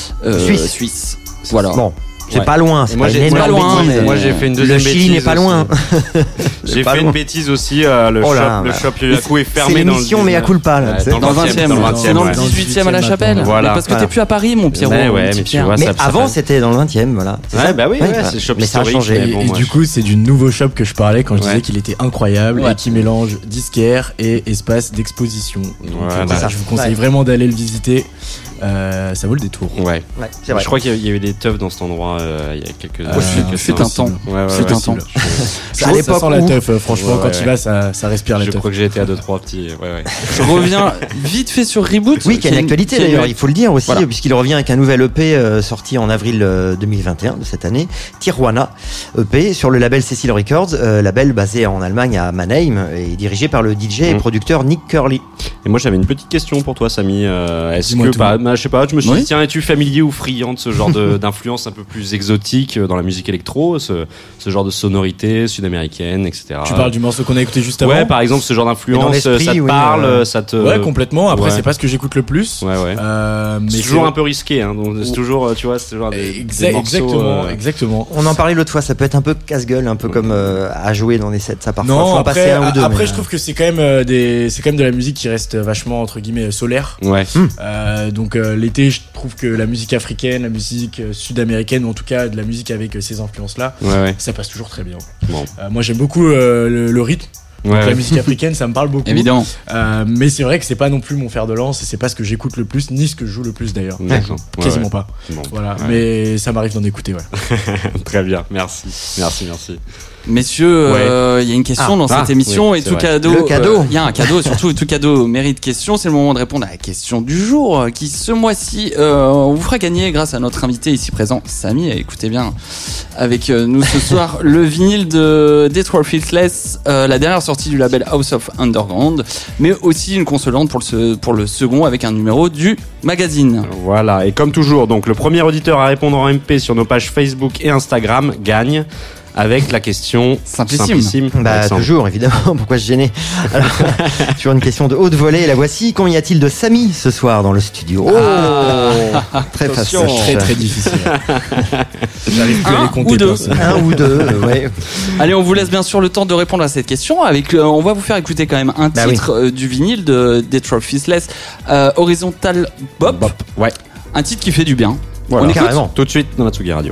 Speaker 4: suisse. Voilà.
Speaker 3: Bon. C'est pas loin, c'est
Speaker 5: moi,
Speaker 3: pas une
Speaker 5: j'ai-
Speaker 3: énorme
Speaker 4: pas loin,
Speaker 3: bêtise.
Speaker 4: mais-
Speaker 5: Moi j'ai fait une deuxième
Speaker 3: Le
Speaker 5: bêtise.
Speaker 3: Chili n'est pas
Speaker 5: aussi.
Speaker 3: loin.
Speaker 5: J'ai
Speaker 3: pas
Speaker 5: fait
Speaker 3: loin.
Speaker 5: une bêtise aussi.
Speaker 3: Oh là,
Speaker 5: Le shop Yoyaku est
Speaker 3: C'est
Speaker 5: fermé dans le
Speaker 3: l'émission, mais à
Speaker 5: 19e.
Speaker 3: coup pas là.
Speaker 5: Ouais,
Speaker 3: tu sais.
Speaker 5: dans
Speaker 4: Dans le 20e, c'est dans le
Speaker 5: ouais.
Speaker 4: 18e à la Chapelle.
Speaker 5: Voilà.
Speaker 4: Mais parce que
Speaker 3: Voilà.
Speaker 4: t'es plus à Paris, mon Pierrot.
Speaker 5: Ouais,
Speaker 4: mon
Speaker 5: mais
Speaker 4: petit
Speaker 5: tu
Speaker 4: Pierre.
Speaker 5: vois,
Speaker 3: Mais
Speaker 5: ça
Speaker 3: avant,
Speaker 5: fait-
Speaker 3: c'était dans le 20e, voilà. C'est
Speaker 5: Ouais,
Speaker 3: ça
Speaker 5: bah oui,
Speaker 3: Ouais,
Speaker 5: ouais,
Speaker 3: voilà.
Speaker 5: c'est shop
Speaker 3: Mais ça a
Speaker 5: historique,
Speaker 3: changé.
Speaker 5: mais bon,
Speaker 6: Et
Speaker 5: moi,
Speaker 6: du coup, c'est du nouveau shop que je parlais quand je
Speaker 5: Ouais.
Speaker 6: disais qu'il était incroyable
Speaker 4: Ouais.
Speaker 6: et qui mélange disquaire et espace d'exposition. Donc,
Speaker 5: Voilà.
Speaker 6: voilà, je vous conseille vraiment d'aller le visiter. Ça vaut le détour.
Speaker 5: Ouais.
Speaker 3: Ouais, c'est vrai.
Speaker 5: Je crois qu'il y avait des teufs dans cet endroit il y a quelques
Speaker 4: fut un temps.
Speaker 5: Ouais, ouais,
Speaker 4: Fut
Speaker 5: ouais.
Speaker 4: un temps.
Speaker 6: Ça,
Speaker 3: À l'époque
Speaker 6: ça sent la
Speaker 3: où-
Speaker 6: teuf, franchement,
Speaker 5: Ouais,
Speaker 6: quand
Speaker 5: ouais.
Speaker 6: il va, ça respire la
Speaker 5: Je
Speaker 6: teuf.
Speaker 5: crois que j'ai été à 2-3 petits. Ouais.
Speaker 4: Je reviens vite fait sur Reboot.
Speaker 3: Oui, qui a une actualité
Speaker 4: qui est-
Speaker 3: d'ailleurs, il faut le dire aussi,
Speaker 4: Voilà.
Speaker 3: puisqu'il revient avec un nouvel EP sorti en avril 2021 de cette année, Tijuana EP sur le label Cecil Records, label basé en Allemagne à Mannheim et dirigé par le DJ et producteur Nick Curly.
Speaker 5: Et moi j'avais une petite question pour toi, Samy. Est-ce
Speaker 6: Dis-moi
Speaker 5: que,
Speaker 6: tout.
Speaker 5: je sais pas, je me suis
Speaker 4: Oui.
Speaker 5: dit, tiens, es-tu familier ou friand de ce genre d'influence un peu plus exotique dans la musique électro, ce genre de sonorité sud-américaine, etc.
Speaker 6: Tu parles du morceau qu'on a écouté juste avant.
Speaker 5: Ouais, par exemple, ce genre
Speaker 3: Et dans
Speaker 5: d'influence,
Speaker 3: l'esprit,
Speaker 5: ça te
Speaker 3: oui,
Speaker 5: parle, ça te.
Speaker 6: Ouais, complètement. Après,
Speaker 5: Ouais.
Speaker 6: c'est pas ce que j'écoute le plus.
Speaker 5: Ouais, ouais.
Speaker 6: Mais
Speaker 5: C'est toujours un peu risqué, hein. Donc c'est toujours, tu vois, c'est toujours des morceaux,
Speaker 6: Exactement.
Speaker 3: On en parlait l'autre fois, ça peut être un peu casse-gueule, un peu comme à jouer dans des sets, ça parfois.
Speaker 6: Non,
Speaker 3: Faut en passer un ou deux.
Speaker 6: après
Speaker 3: mais,
Speaker 6: je trouve que c'est quand même c'est quand même de la musique qui reste vachement entre guillemets solaire.
Speaker 5: Ouais.
Speaker 6: Donc l'été, je trouve que la musique africaine, la musique sud-américaine, ou en tout cas de la musique avec ces influences-là,
Speaker 5: Ouais.
Speaker 6: ça passe toujours très bien.
Speaker 5: Bon.
Speaker 6: Moi, j'aime beaucoup le rythme. Donc
Speaker 5: Ouais.
Speaker 6: la musique africaine, ça me parle beaucoup.
Speaker 4: Évidemment.
Speaker 6: Mais c'est vrai que c'est pas non plus mon fer de lance et c'est pas ce que j'écoute le plus, ni ce que je joue le plus d'ailleurs.
Speaker 5: D'accord. Ouais,
Speaker 6: Quasiment
Speaker 5: ouais.
Speaker 6: pas.
Speaker 5: Bon.
Speaker 6: Voilà.
Speaker 5: Ouais.
Speaker 6: Mais ça m'arrive d'en écouter, ouais.
Speaker 5: Très bien. Merci.
Speaker 4: Messieurs, il y a une question dans cette émission
Speaker 5: oui,
Speaker 4: et
Speaker 5: c'est
Speaker 4: tout
Speaker 5: vrai.
Speaker 4: cadeau.
Speaker 3: Le cadeau.
Speaker 4: Il y a un cadeau, surtout tout cadeau mérite question. C'est le moment de répondre à la question du jour qui, ce mois-ci, on vous fera gagner grâce à notre invité ici présent, Samy. Écoutez bien avec nous ce soir le vinyle de Detroit Filthless, la dernière sortie du label House of Underground, mais aussi une consolante pour le second avec un numéro du magazine.
Speaker 5: Voilà, et comme toujours, donc le premier auditeur à répondre en MP sur nos pages Facebook et Instagram gagne avec la question
Speaker 4: Simplissime.
Speaker 3: Bah,
Speaker 5: Alexandre.
Speaker 3: toujours, évidemment. Pourquoi se gêner? Alors, sur une question de haute volée, la voici. Combien y a-t-il de Samy ce soir dans le studio? Très
Speaker 5: Attention.
Speaker 3: fastoche.
Speaker 6: Très très difficile. J'arrive plus à
Speaker 4: Un
Speaker 6: les compter.
Speaker 4: ou deux.
Speaker 6: perso.
Speaker 3: Un ou deux, ouais.
Speaker 4: Allez, on vous laisse bien sûr le temps de répondre à cette question. Avec, on va vous faire écouter quand même un
Speaker 3: Bah
Speaker 4: titre du vinyle de Detroit Filthless, Horizontal Bop.
Speaker 5: Ouais,
Speaker 4: Un titre qui fait du bien.
Speaker 5: voilà.
Speaker 4: On écoute
Speaker 3: Carrément.
Speaker 5: Tout de suite dans la Tsugi Radio.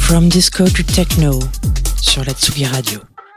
Speaker 2: From Disco to Techno sur la Tsugi Radio.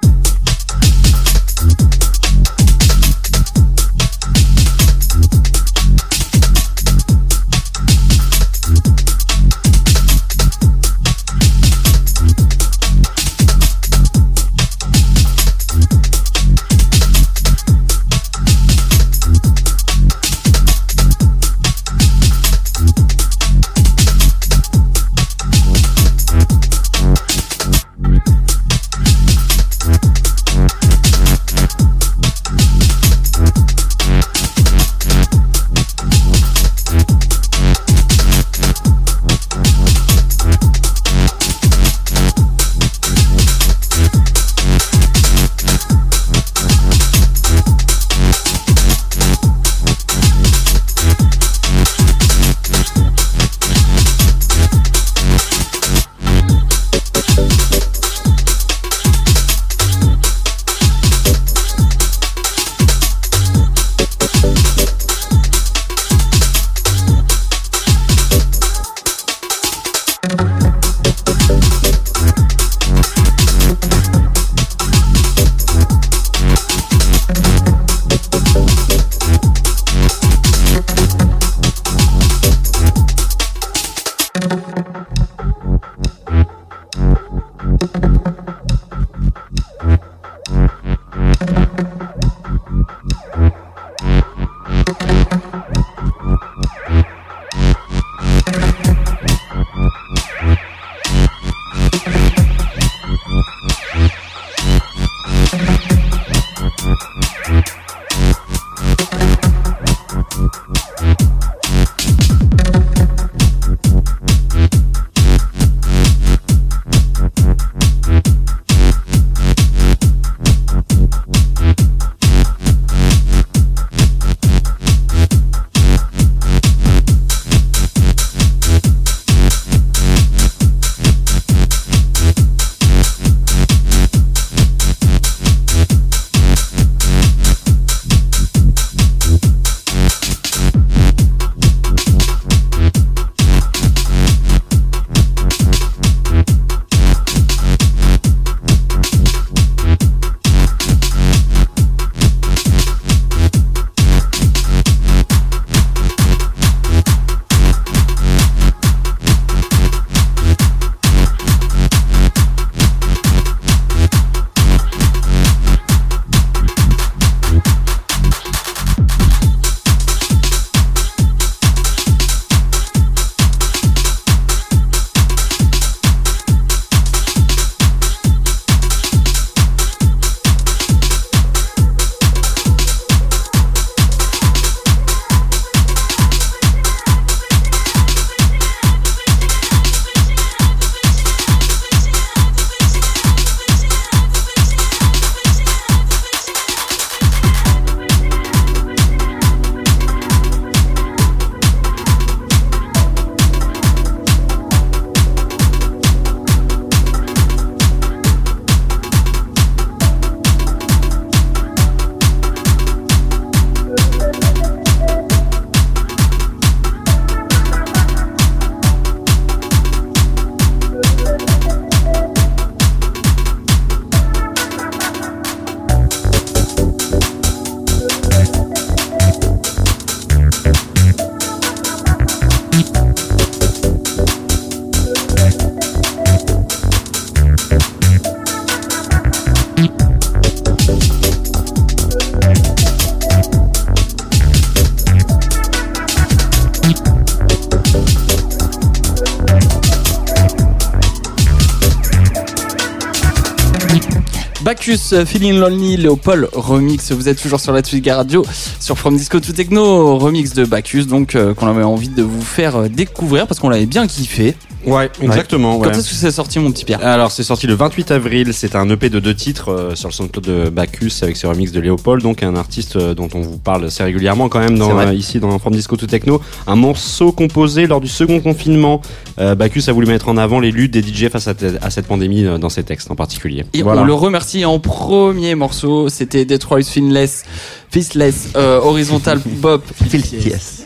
Speaker 4: Bacchus, Feeling Lonely, Léopold remix. Vous êtes toujours sur la Tsugi Radio, sur From Disco to Techno, remix de Bacchus, donc qu'on avait envie de vous faire découvrir parce qu'on l'avait bien kiffé.
Speaker 5: Ouais, exactement.
Speaker 4: Quand
Speaker 5: ouais.
Speaker 4: est-ce que c'est sorti, mon petit Pierre?
Speaker 5: Alors, c'est sorti le 28 avril. C'est un EP de 2 titres sur le SoundCloud de Bacchus avec ses remixes de Léopold, donc un artiste dont on vous parle assez régulièrement quand même ici dans From Disco to Techno. Un morceau composé lors du second confinement. Bacchus a voulu mettre en avant les luttes des DJ face à cette pandémie dans ses textes en particulier.
Speaker 4: Et voilà. On le remercie en premier morceau. C'était Detroit Faceless, Horizontal Bop.
Speaker 3: Yes.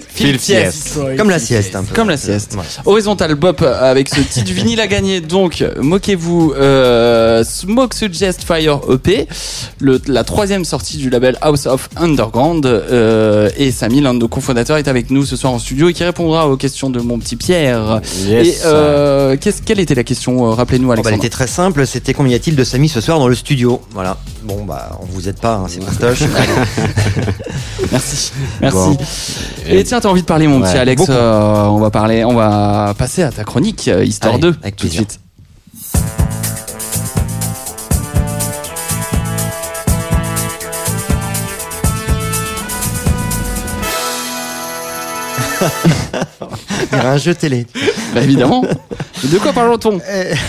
Speaker 4: Filthiest.
Speaker 3: Comme la sieste, un peu.
Speaker 4: Comme la sieste.
Speaker 3: Ouais.
Speaker 4: Horizontal Bop avec ce titre vinyle à gagner. Donc, moquez-vous, Smoke Suggest Fire EP, la 3e sortie du label House of Underground. Et Samy, l'un de nos cofondateurs, est avec nous ce soir en studio et qui répondra aux questions de mon petit Pierre.
Speaker 5: Yes.
Speaker 4: Et quelle était la question? Rappelez-nous, Alexandre.
Speaker 3: Elle était très simple, c'était combien y a-t-il de Samy ce soir dans le studio? Voilà. Bon, bah, on vous aide pas, hein, c'est fastoche.
Speaker 4: Merci.
Speaker 5: Bon.
Speaker 4: Et tiens, t'as envie de parler, mon petit Alex?
Speaker 3: beaucoup.
Speaker 4: On va passer à ta chronique, Histoire
Speaker 3: Allez,
Speaker 4: 2,
Speaker 3: avec
Speaker 4: tout de
Speaker 3: plaisir.
Speaker 4: suite.
Speaker 3: Il y a un jeu télé.
Speaker 4: Bah, évidemment. De quoi parle-t-on?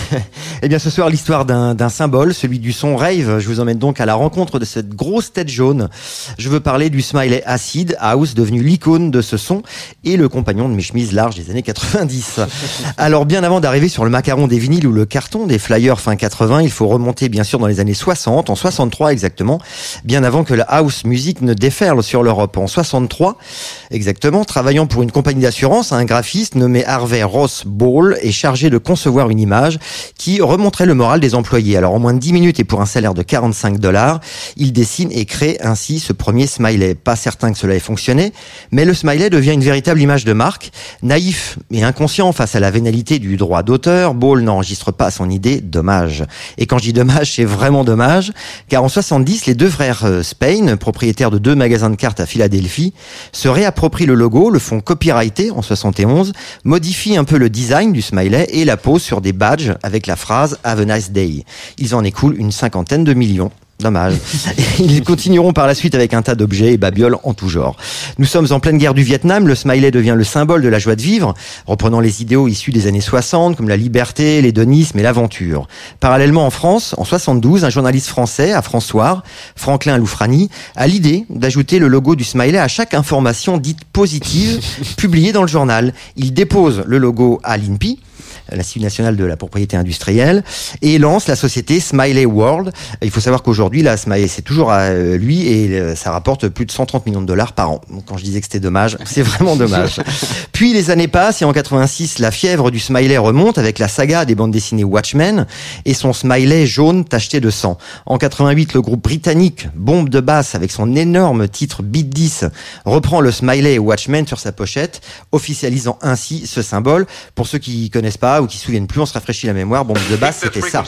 Speaker 3: Eh bien, ce soir, l'histoire d'un symbole, celui du son rave. Je vous emmène donc à la rencontre de cette grosse tête jaune. Je veux parler du smiley acid house, devenu l'icône de ce son et le compagnon de mes chemises larges des années 90. Alors, bien avant d'arriver sur le macaron des vinyles ou le carton des flyers fin 80, il faut remonter bien sûr dans les années 60, en 63 exactement, bien avant que la house music ne déferle sur l'Europe. En 63, exactement, travaillant pour une compagnie d'assurance, un graphiste nommé Harvey Ross Ball est chargé de concevoir une image qui remonterait le moral des employés. Alors en moins de 10 minutes et pour un salaire de $45, il dessine et crée ainsi ce premier smiley. Pas certain que cela ait fonctionné, mais le smiley devient une véritable image de marque. Naïf et inconscient face à la vénalité du droit d'auteur, Ball n'enregistre pas son idée, dommage. Et quand je dis dommage, c'est vraiment dommage, car en 70, les deux frères Spain, propriétaires de 2 magasins de cartes à Philadelphie, se réapproprient le logo, le font copyrighter en 71, modifient un peu le design du smiley et la posent sur des badges avec la phrase « Have a nice day ». Ils en écoulent une 50aine de millions. Dommage. Ils continueront par la suite avec un tas d'objets et babioles en tout genre. Nous sommes en pleine guerre du Vietnam, le smiley devient le symbole de la joie de vivre, reprenant les idéaux issus des années 60 comme la liberté, l'hédonisme et l'aventure. Parallèlement en France, en 72, un journaliste français, à François, Franklin Loufrani, a l'idée d'ajouter le logo du smiley à chaque information dite positive publiée dans le journal. Il dépose le logo à l'INPI, l'Institut national de la propriété industrielle, et lance la société Smiley World. Il faut savoir qu'aujourd'hui, la Smiley, c'est toujours à lui et ça rapporte plus de $130 millions par an. Donc, quand je disais que c'était dommage, c'est vraiment dommage. Puis les années passent et en 86, la fièvre du Smiley remonte avec la saga des bandes dessinées Watchmen et son Smiley jaune tacheté de sang. En 88, le groupe britannique Bombe de Basse, avec son énorme titre Beat 10, reprend le Smiley Watchmen sur sa pochette, officialisant ainsi ce symbole. Pour ceux qui connaissent pas ou qui se souviennent plus, on se rafraîchit la mémoire. Bombe de Basse, c'était ça.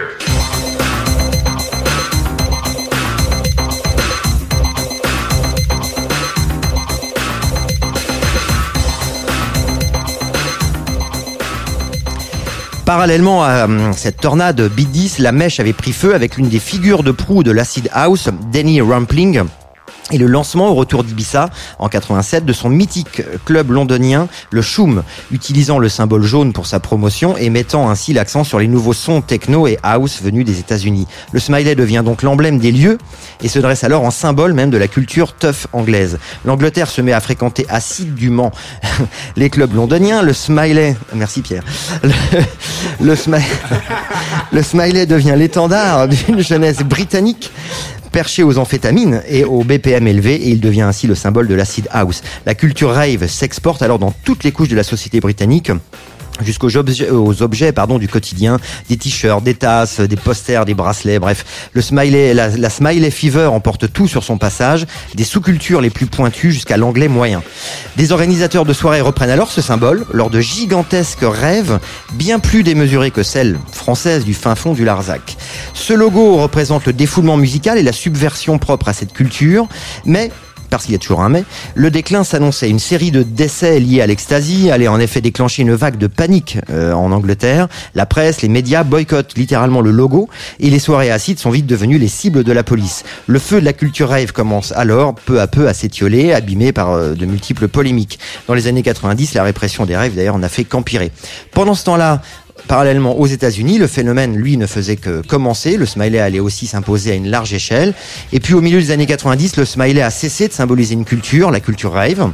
Speaker 3: Parallèlement à cette tornade Beat 10, la mèche avait pris feu avec l'une des figures de proue de l'acid house, Denny Rampling, et le lancement au retour d'Ibiza en 87 de son mythique club londonien, le Shoom, utilisant le symbole jaune pour sa promotion et mettant ainsi l'accent sur les nouveaux sons techno et house venus des États-Unis. Le smiley devient donc l'emblème des lieux et se dresse alors en symbole même de la culture tough anglaise. L'Angleterre se met à fréquenter assidûment les clubs londoniens. Le smiley, merci Pierre, le smiley devient l'étendard d'une jeunesse britannique perché aux amphétamines et au BPM élevé, et il devient ainsi le symbole de l'acid house. La culture rave s'exporte alors dans toutes les couches de la société britannique, jusqu'aux objets du quotidien, des t-shirts, des tasses, des posters, des bracelets, bref. Le smiley, la smiley fever emporte tout sur son passage, des sous-cultures les plus pointues jusqu'à l'anglais moyen. Des organisateurs de soirées reprennent alors ce symbole lors de gigantesques rêves bien plus démesurés que celles françaises du fin fond du Larzac. Ce logo représente le défoulement musical et la subversion propre à cette culture, mais parce qu'il y a toujours un mais, le déclin s'annonçait. Une série de décès liés à l'ecstasy allait en effet déclencher une vague de panique en Angleterre. La presse, les médias boycottent littéralement le logo et les soirées acides sont vite devenues les cibles de la police. Le feu de la culture rave commence alors peu à peu à s'étioler, abîmé par de multiples polémiques. Dans les années 90, la répression des raves d'ailleurs n'a fait qu'empirer. Pendant ce temps-là, parallèlement aux États-Unis, le phénomène, lui, ne faisait que commencer. Le smiley allait aussi s'imposer à une large échelle. Et puis, au milieu des années 90, le smiley a cessé de symboliser une culture, la culture rave.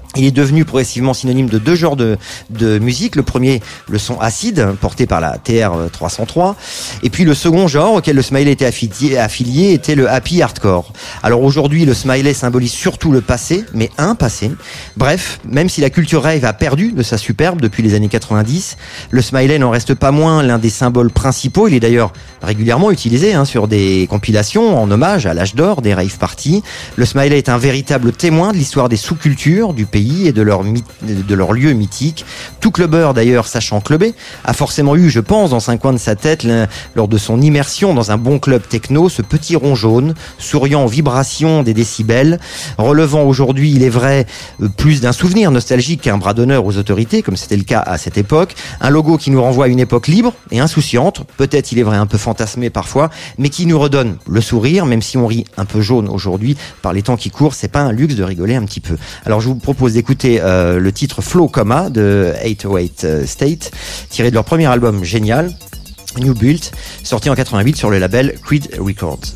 Speaker 3: Il est devenu progressivement synonyme de deux genres de musique. Le premier, le son acide, porté par la TR-303. Et puis le second genre, auquel le smiley était affilié, était le happy hardcore. Alors aujourd'hui, le smiley symbolise surtout le passé, mais un passé. Bref, même si la culture rave a perdu de sa superbe depuis les années 90, le smiley n'en reste pas moins l'un des symboles principaux. Il est d'ailleurs régulièrement utilisé sur des compilations en hommage à l'âge d'or des rave parties. Le smiley est un véritable témoin de l'histoire des sous-cultures du pays et de leur lieu mythique. Tout clubbeur d'ailleurs sachant clubber a forcément eu, je pense, dans un coin de sa tête, lors de son immersion dans un bon club techno, ce petit rond jaune, souriant aux vibrations des décibels, relevant aujourd'hui, il est vrai, plus d'un souvenir nostalgique qu'un bras d'honneur aux autorités, comme c'était le cas à cette époque. Un logo qui nous renvoie à une époque libre et insouciante, peut-être il est vrai un peu fantasmé parfois, mais qui nous redonne le sourire, même si on rit un peu jaune aujourd'hui par les temps qui courent, c'est pas un luxe de rigoler un petit peu. Alors je vous propose d'écouter le titre Flow Coma de 808 State, tiré de leur premier album génial, New Built, sorti en 88 sur le label Creed Records.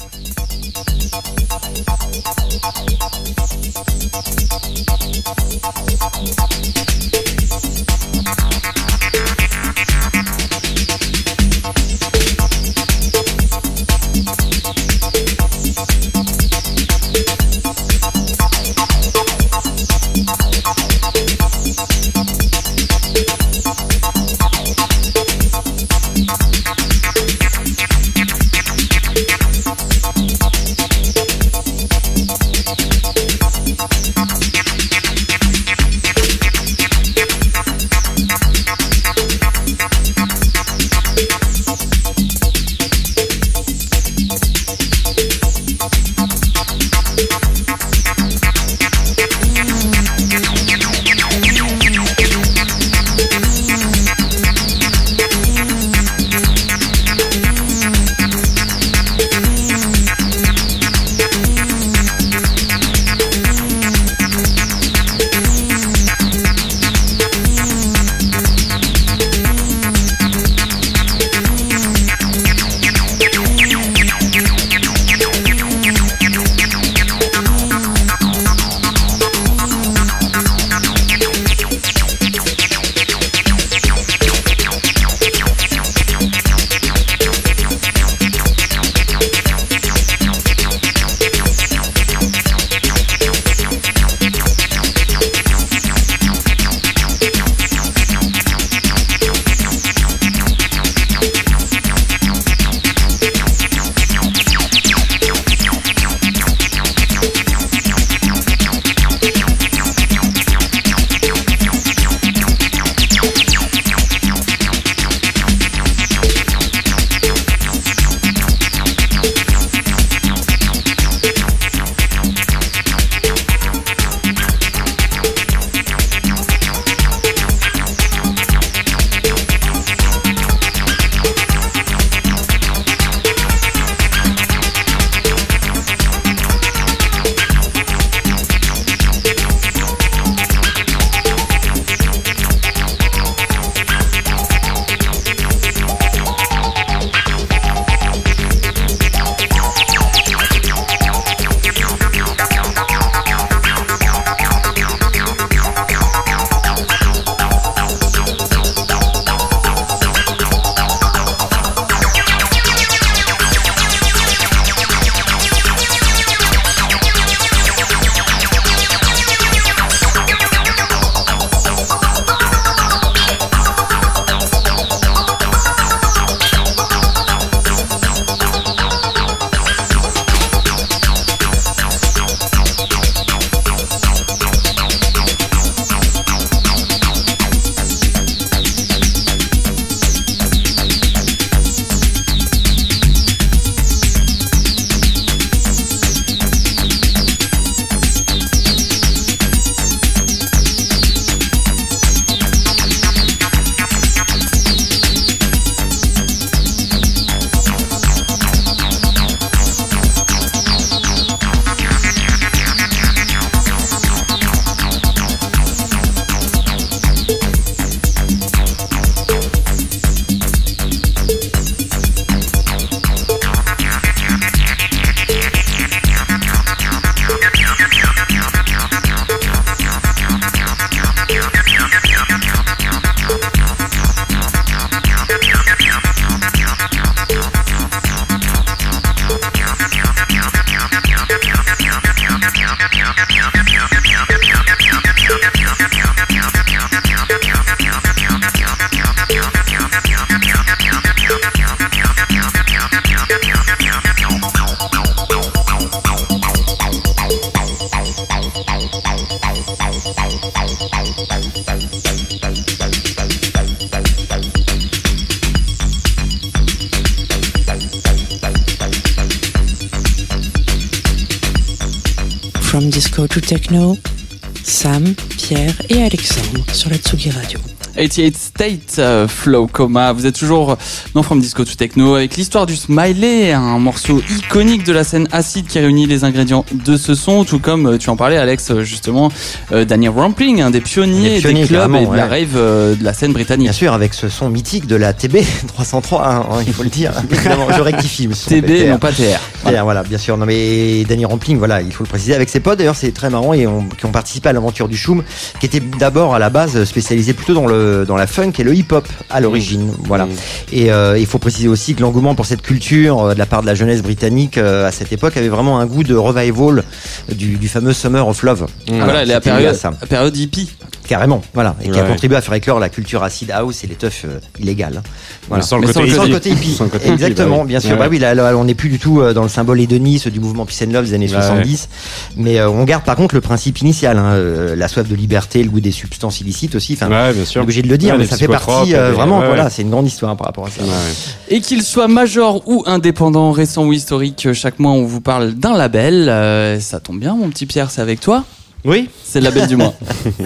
Speaker 2: From Disco to Techno, Sam, Pierre et Alexandre sur la Tsugi Radio.
Speaker 4: 88 State, Flow Coma. Vous êtes toujours dans From Disco to Techno avec l'histoire du Smiley, un morceau iconique de la scène acide qui réunit les ingrédients de ce son, tout comme tu en parlais Alex justement, Daniel Rampling, un des pionniers des clubs et de la rave de la scène britannique.
Speaker 3: Bien sûr, avec ce son mythique de la TB 303, hein, il faut le dire. Évidemment, je rectifie.
Speaker 4: TB, non pas TR.
Speaker 3: Voilà, bien sûr. Non mais Daniel Rampling, voilà, il faut le préciser, avec ses potes. D'ailleurs, c'est très marrant et qui ont participé à l'aventure du Choum, qui était d'abord à la base spécialisé plutôt dans la funk et le hip-hop à l'origine, voilà. Et il faut préciser aussi que l'engouement pour cette culture de la part de la jeunesse britannique à cette époque avait vraiment un goût de revival du fameux Summer of Love.
Speaker 4: Voilà, la période hippie.
Speaker 3: Carrément, voilà, et qui a contribué à faire éclore la culture acid house et les teufs illégales.
Speaker 5: Mais
Speaker 3: Voilà.
Speaker 5: sans le côté
Speaker 3: hippie. Exactement, bien sûr. Bah oui, là, on n'est plus du tout dans le symbole hédoniste du mouvement Peace and Love des années 70, mais on garde par contre le principe initial, hein, la soif de liberté, le goût des substances illicites aussi. Enfin,
Speaker 5: bien sûr.
Speaker 3: Obligé de le dire, mais ça fait partie vraiment. Voilà, c'est une grande histoire par rapport à ça.
Speaker 4: Et qu'il soit major ou indépendant, récent ou historique, chaque mois on vous parle d'un label. Ça tombe bien, mon petit Pierre, c'est avec toi.
Speaker 5: Oui,
Speaker 4: c'est le label du mois.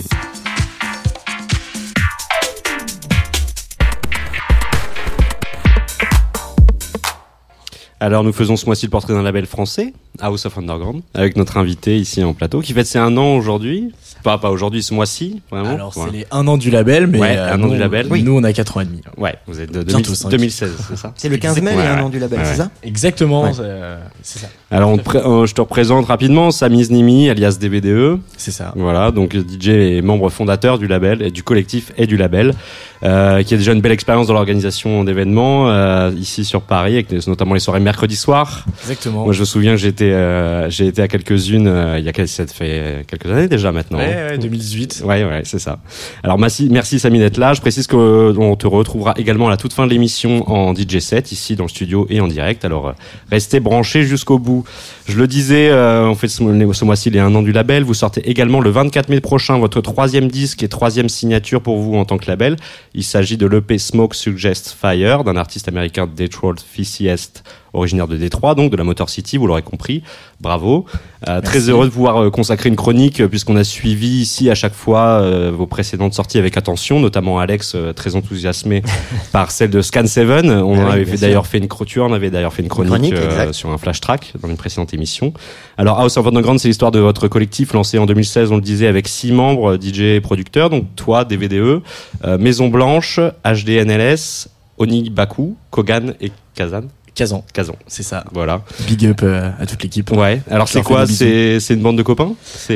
Speaker 5: Alors nous faisons ce mois-ci le portrait d'un label français, House of Underground, avec notre invité ici en plateau, qui fête ses 1 an aujourd'hui. Pas aujourd'hui, ce mois-ci, vraiment.
Speaker 6: Alors c'est les 1 an du label, mais
Speaker 5: 1 an du label.
Speaker 6: Nous on a 4 ans et demi.
Speaker 5: Ouais, vous êtes de 2016, c'est ça?
Speaker 3: C'est le 15 mai, les 1 an du label, c'est ça?
Speaker 6: Exactement, c'est ça.
Speaker 5: Alors je te représente rapidement Sam Iznimi, alias DBDE.
Speaker 6: C'est ça.
Speaker 5: Voilà, donc DJ et membre fondateur du label, et du collectif et du label, qui a déjà une belle expérience dans l'organisation d'événements ici sur Paris, avec notamment les soirées mercredi soir.
Speaker 6: Exactement.
Speaker 5: Moi je me souviens que j'ai été à quelques-unes ça fait quelques années déjà maintenant.
Speaker 6: Ouais, 2018.
Speaker 5: Ouais, c'est ça. Alors merci Samy d'être là. Je précise qu'on te retrouvera également à la toute fin de l'émission en DJ set ici dans le studio et en direct. Alors restez branchés jusqu'au bout. Je le disais, on fait ce mois-ci les 1 an du label. Vous sortez également le 24 mai prochain votre 3e disque et 3e signature pour vous en tant que label. Il s'agit de l'EP Smoke Suggests Fire d'un artiste américain Detroit Fissiest, originaire de Détroit, donc de la Motor City, vous l'aurez compris. Bravo. Très heureux de pouvoir consacrer une chronique puisqu'on a suivi ici à chaque fois vos précédentes sorties avec attention, notamment Alex, très enthousiasmé par celle de Scan 7. On avait d'ailleurs fait une chronique sur un flash track dans une précédente émission. Alors House of Underground, c'est l'histoire de votre collectif lancé en 2016, on le disait, avec 6 membres, DJ et producteurs, donc toi, DVDE, Maison Blanche, HDNLS, Oni Baku, Kogan et Kazan,
Speaker 6: c'est ça.
Speaker 5: Voilà.
Speaker 6: Big up à toute l'équipe.
Speaker 5: Ouais. Alors c'est quoi? C'est une bande de copains?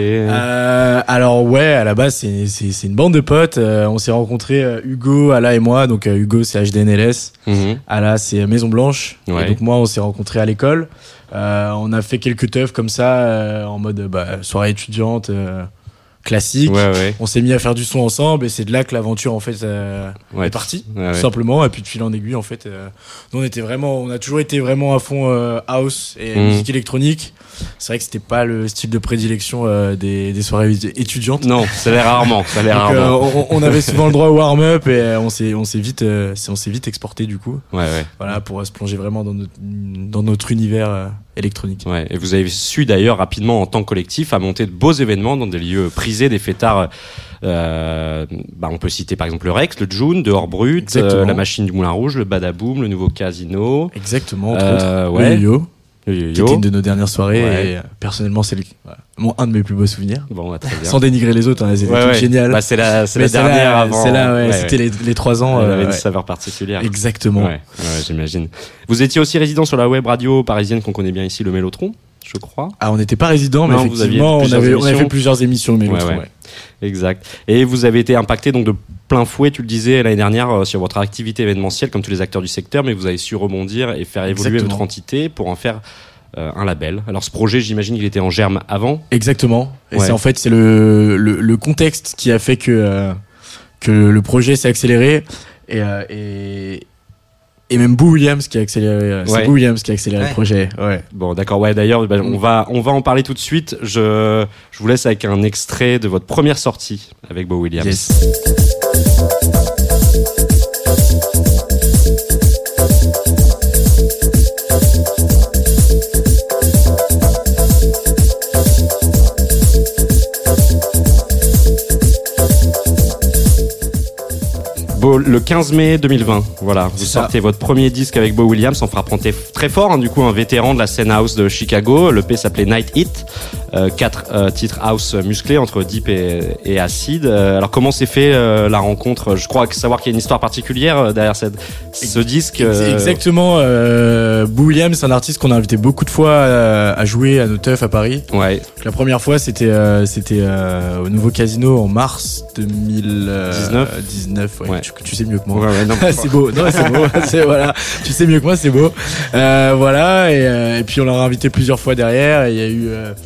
Speaker 6: Alors ouais, à la base c'est une bande de potes. On s'est rencontrés, Hugo, Ala et moi. Donc Hugo c'est HDNLS, Ala c'est Maison Blanche.
Speaker 5: Ouais.
Speaker 6: Et donc moi on s'est rencontrés à l'école. On a fait quelques teufs comme ça en mode soirée étudiante. Classique.
Speaker 5: Ouais.
Speaker 6: On s'est mis à faire du son ensemble et c'est de là que l'aventure en fait est partie, tout simplement. Et puis de fil en aiguille en fait, nous on a toujours été vraiment à fond house et musique électronique. C'est vrai que c'était pas le style de prédilection des soirées étudiantes.
Speaker 5: Non, ça l'est rarement.
Speaker 6: On avait souvent le droit au warm-up et on s'est vite exporté du coup.
Speaker 5: Ouais.
Speaker 6: Voilà, pour se plonger vraiment dans notre univers électronique.
Speaker 5: Ouais. Et vous avez su d'ailleurs rapidement en tant que collectif à monter de beaux événements dans des lieux prisés, des fêtards. On peut citer par exemple le Rex, le June, Dehors Brut, la Machine du Moulin Rouge, le Badaboom, le nouveau Casino.
Speaker 6: Exactement. Entre autres. Le Yo-Yo.
Speaker 5: Qui
Speaker 6: était une de nos dernières soirées et personnellement c'est un de mes plus beaux souvenirs.
Speaker 5: Bon, très bien.
Speaker 6: Sans dénigrer les autres, c'était tout génial.
Speaker 5: C'est la dernière avant.
Speaker 6: C'est là, c'était les 3 ans.
Speaker 5: Elle avait une saveur particulière.
Speaker 6: Exactement.
Speaker 5: Ouais, j'imagine. Vous étiez aussi résident sur la web radio parisienne qu'on connaît bien ici, le Mélotron, je crois.
Speaker 6: Ah, on n'était pas résident, mais effectivement, on avait fait plusieurs émissions, le Mélotron. Ouais.
Speaker 5: Exact. Et vous avez été impacté donc de plein fouet, tu le disais l'année dernière, sur votre activité événementielle, comme tous les acteurs du secteur, mais vous avez su rebondir et faire évoluer votre entité pour en faire un label. Alors ce projet, j'imagine qu'il était en germe avant.
Speaker 6: Exactement. Et c'est le contexte qui a fait que le projet s'est accéléré et même Boo Williams qui a accéléré. C'est Boo Williams qui a accéléré le projet. Ouais.
Speaker 5: Bon, d'accord. Ouais, d'ailleurs, on va en parler tout de suite. Je vous laisse avec un extrait de votre première sortie avec Boo Williams.
Speaker 6: Yes.
Speaker 5: Le 15 mai 2020, voilà, vous
Speaker 6: C'est ça.
Speaker 5: sortez votre premier disque avec Beau Williams, on frappant très fort, hein, du coup un vétéran de la scène house de Chicago. L'EP s'appelait Night Hit, 4 titres house musclés entre deep et acid. Alors comment s'est fait la rencontre? Je crois savoir qu'il y a une histoire particulière derrière ce disque.
Speaker 6: Exactement. Beau Williams, c'est un artiste qu'on a invité beaucoup de fois à jouer à nos teufs à Paris.
Speaker 5: Ouais.
Speaker 6: La première fois, c'était au nouveau Casino en mars 2019. Ouais.
Speaker 5: Ouais.
Speaker 6: Tu sais mieux que moi.
Speaker 5: Ouais, non,
Speaker 6: C'est beau. Non, c'est beau. Voilà. Tu sais mieux que moi, c'est beau. Voilà. Et puis on l'a invité plusieurs fois derrière. Et il y a eu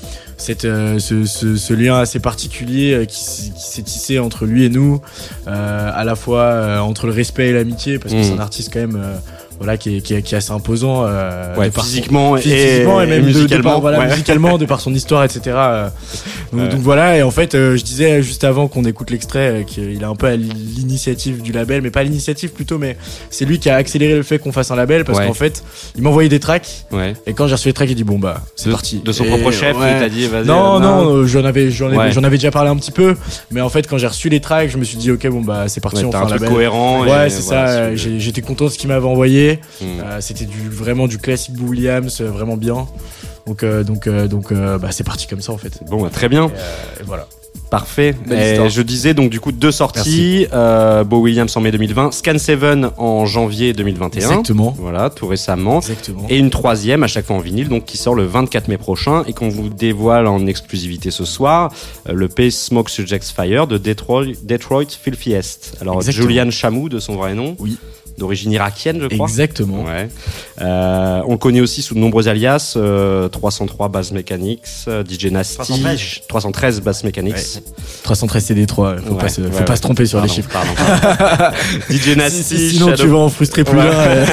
Speaker 6: ce lien assez particulier qui s'est tissé entre lui et nous, à la fois entre le respect et l'amitié, parce que c'est un artiste quand même. Voilà, qui est assez imposant,
Speaker 5: ouais, physiquement et
Speaker 6: même
Speaker 5: musicalement,
Speaker 6: musicalement, de par son histoire, etc. Donc voilà, et en fait, je disais juste avant qu'on écoute l'extrait qu'il est un peu à l'initiative du label, mais pas à l'initiative plutôt, mais c'est lui qui a accéléré le fait qu'on fasse un label, parce qu'en fait, il m'envoyait des tracks, et quand j'ai reçu les tracks, il dit bon bah c'est parti.
Speaker 5: De son propre chef, il t'a dit vas-y.
Speaker 6: Non, j'en avais déjà parlé un petit peu, mais en fait quand j'ai reçu les tracks, je me suis dit ok bon bah c'est parti, on fait un label
Speaker 5: cohérent.
Speaker 6: Ouais, c'est ça. J'étais content de ce qu'il m'avait envoyé. C'était vraiment du classique Beau Williams, vraiment bien. Donc c'est parti comme ça en fait.
Speaker 5: Bon, très bien.
Speaker 6: Et voilà.
Speaker 5: Parfait. Et je disais donc du coup 2 sorties. Beau Williams en mai 2020, Scan 7 en janvier 2021.
Speaker 6: Exactement.
Speaker 5: Voilà, tout récemment.
Speaker 6: Exactement.
Speaker 5: Et une 3e à chaque fois en vinyle, donc qui sort le 24 mai prochain et qu'on vous dévoile en exclusivité ce soir, le P Smoke Subjects Fire de Detroit Filthiest. Alors
Speaker 6: Exactement.
Speaker 5: Julian Chamou de son vrai nom.
Speaker 6: Oui.
Speaker 5: D'origine irakienne, je crois.
Speaker 6: Exactement.
Speaker 5: Ouais. On le connaît aussi sous de nombreux alias, 303 Bass Mechanics, DJ Nasty, 313 Bass Mechanics.
Speaker 6: Ouais. 313 c'est Détroit, faut pas se tromper sur les chiffres.
Speaker 5: Pardon. DJ Nasty,
Speaker 6: sinon
Speaker 5: Shadow...
Speaker 6: tu vas en frustrer plus d'un.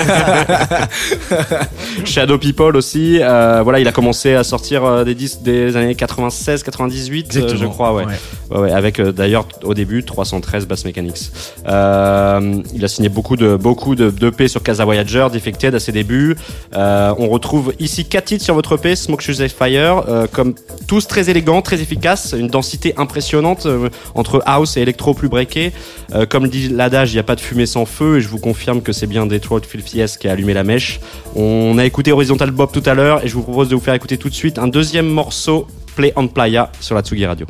Speaker 5: Shadow People aussi. Voilà, il a commencé à sortir des disques des années 96-98, je crois. Ouais, avec d'ailleurs au début 313 Bass Mechanics. Il a signé beaucoup de EP sur Casa Voyager, Defected à ses débuts. On retrouve ici 4 titres sur votre EP, Smoke Subjects Fire, comme tous très élégants, très efficaces, une densité impressionnante entre house et électro plus breaké. Comme dit l'adage, il n'y a pas de fumée sans feu, et je vous confirme que c'est bien Detroit Filthiest qui a allumé la mèche. On a écouté Horizontal Bob tout à l'heure, et je vous propose de vous faire écouter tout de suite un deuxième morceau, Play on Playa, sur la Tsugi Radio.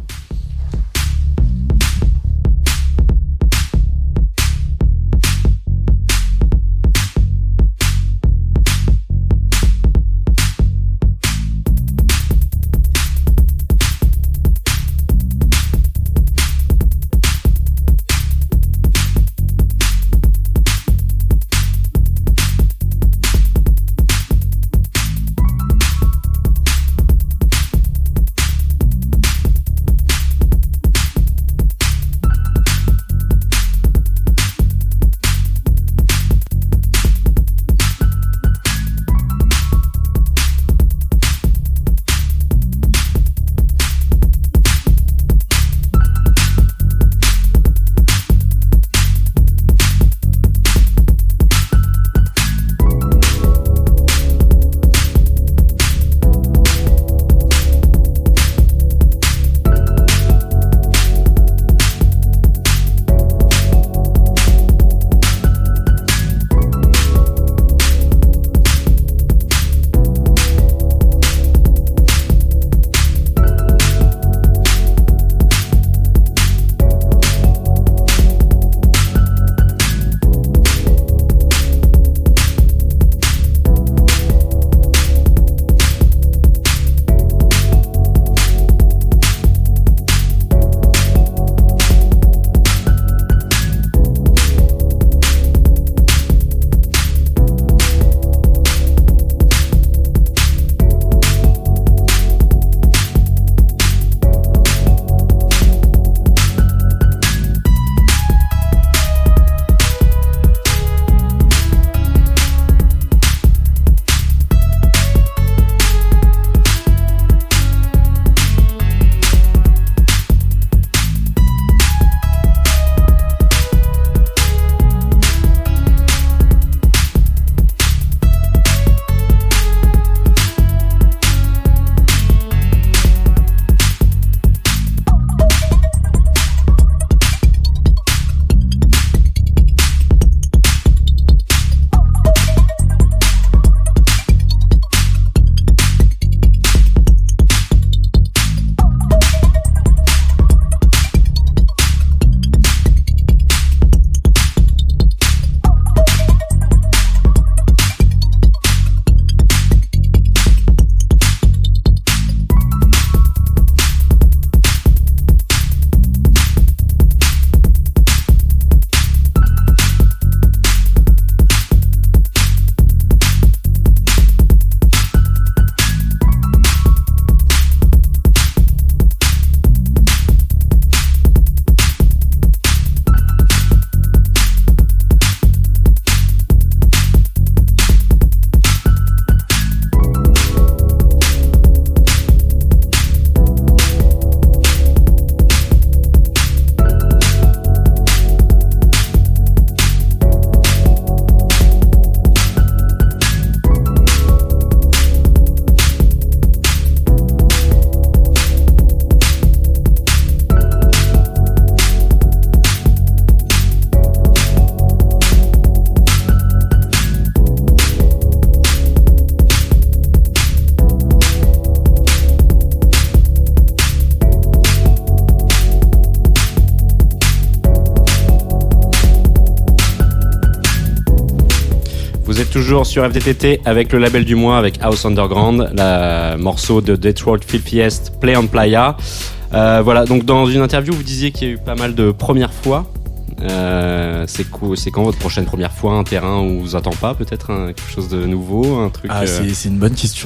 Speaker 5: Vous êtes toujours sur FDTT avec le label du mois, avec House Underground, le morceau de Detroit Filthiest, Play on Playa. Voilà, donc dans une interview, vous disiez qu'il y a eu pas mal de premières fois. C'est quand votre prochaine première fois, un terrain où on vous attend pas, peut-être quelque chose de nouveau, un truc.
Speaker 6: C'est une bonne question.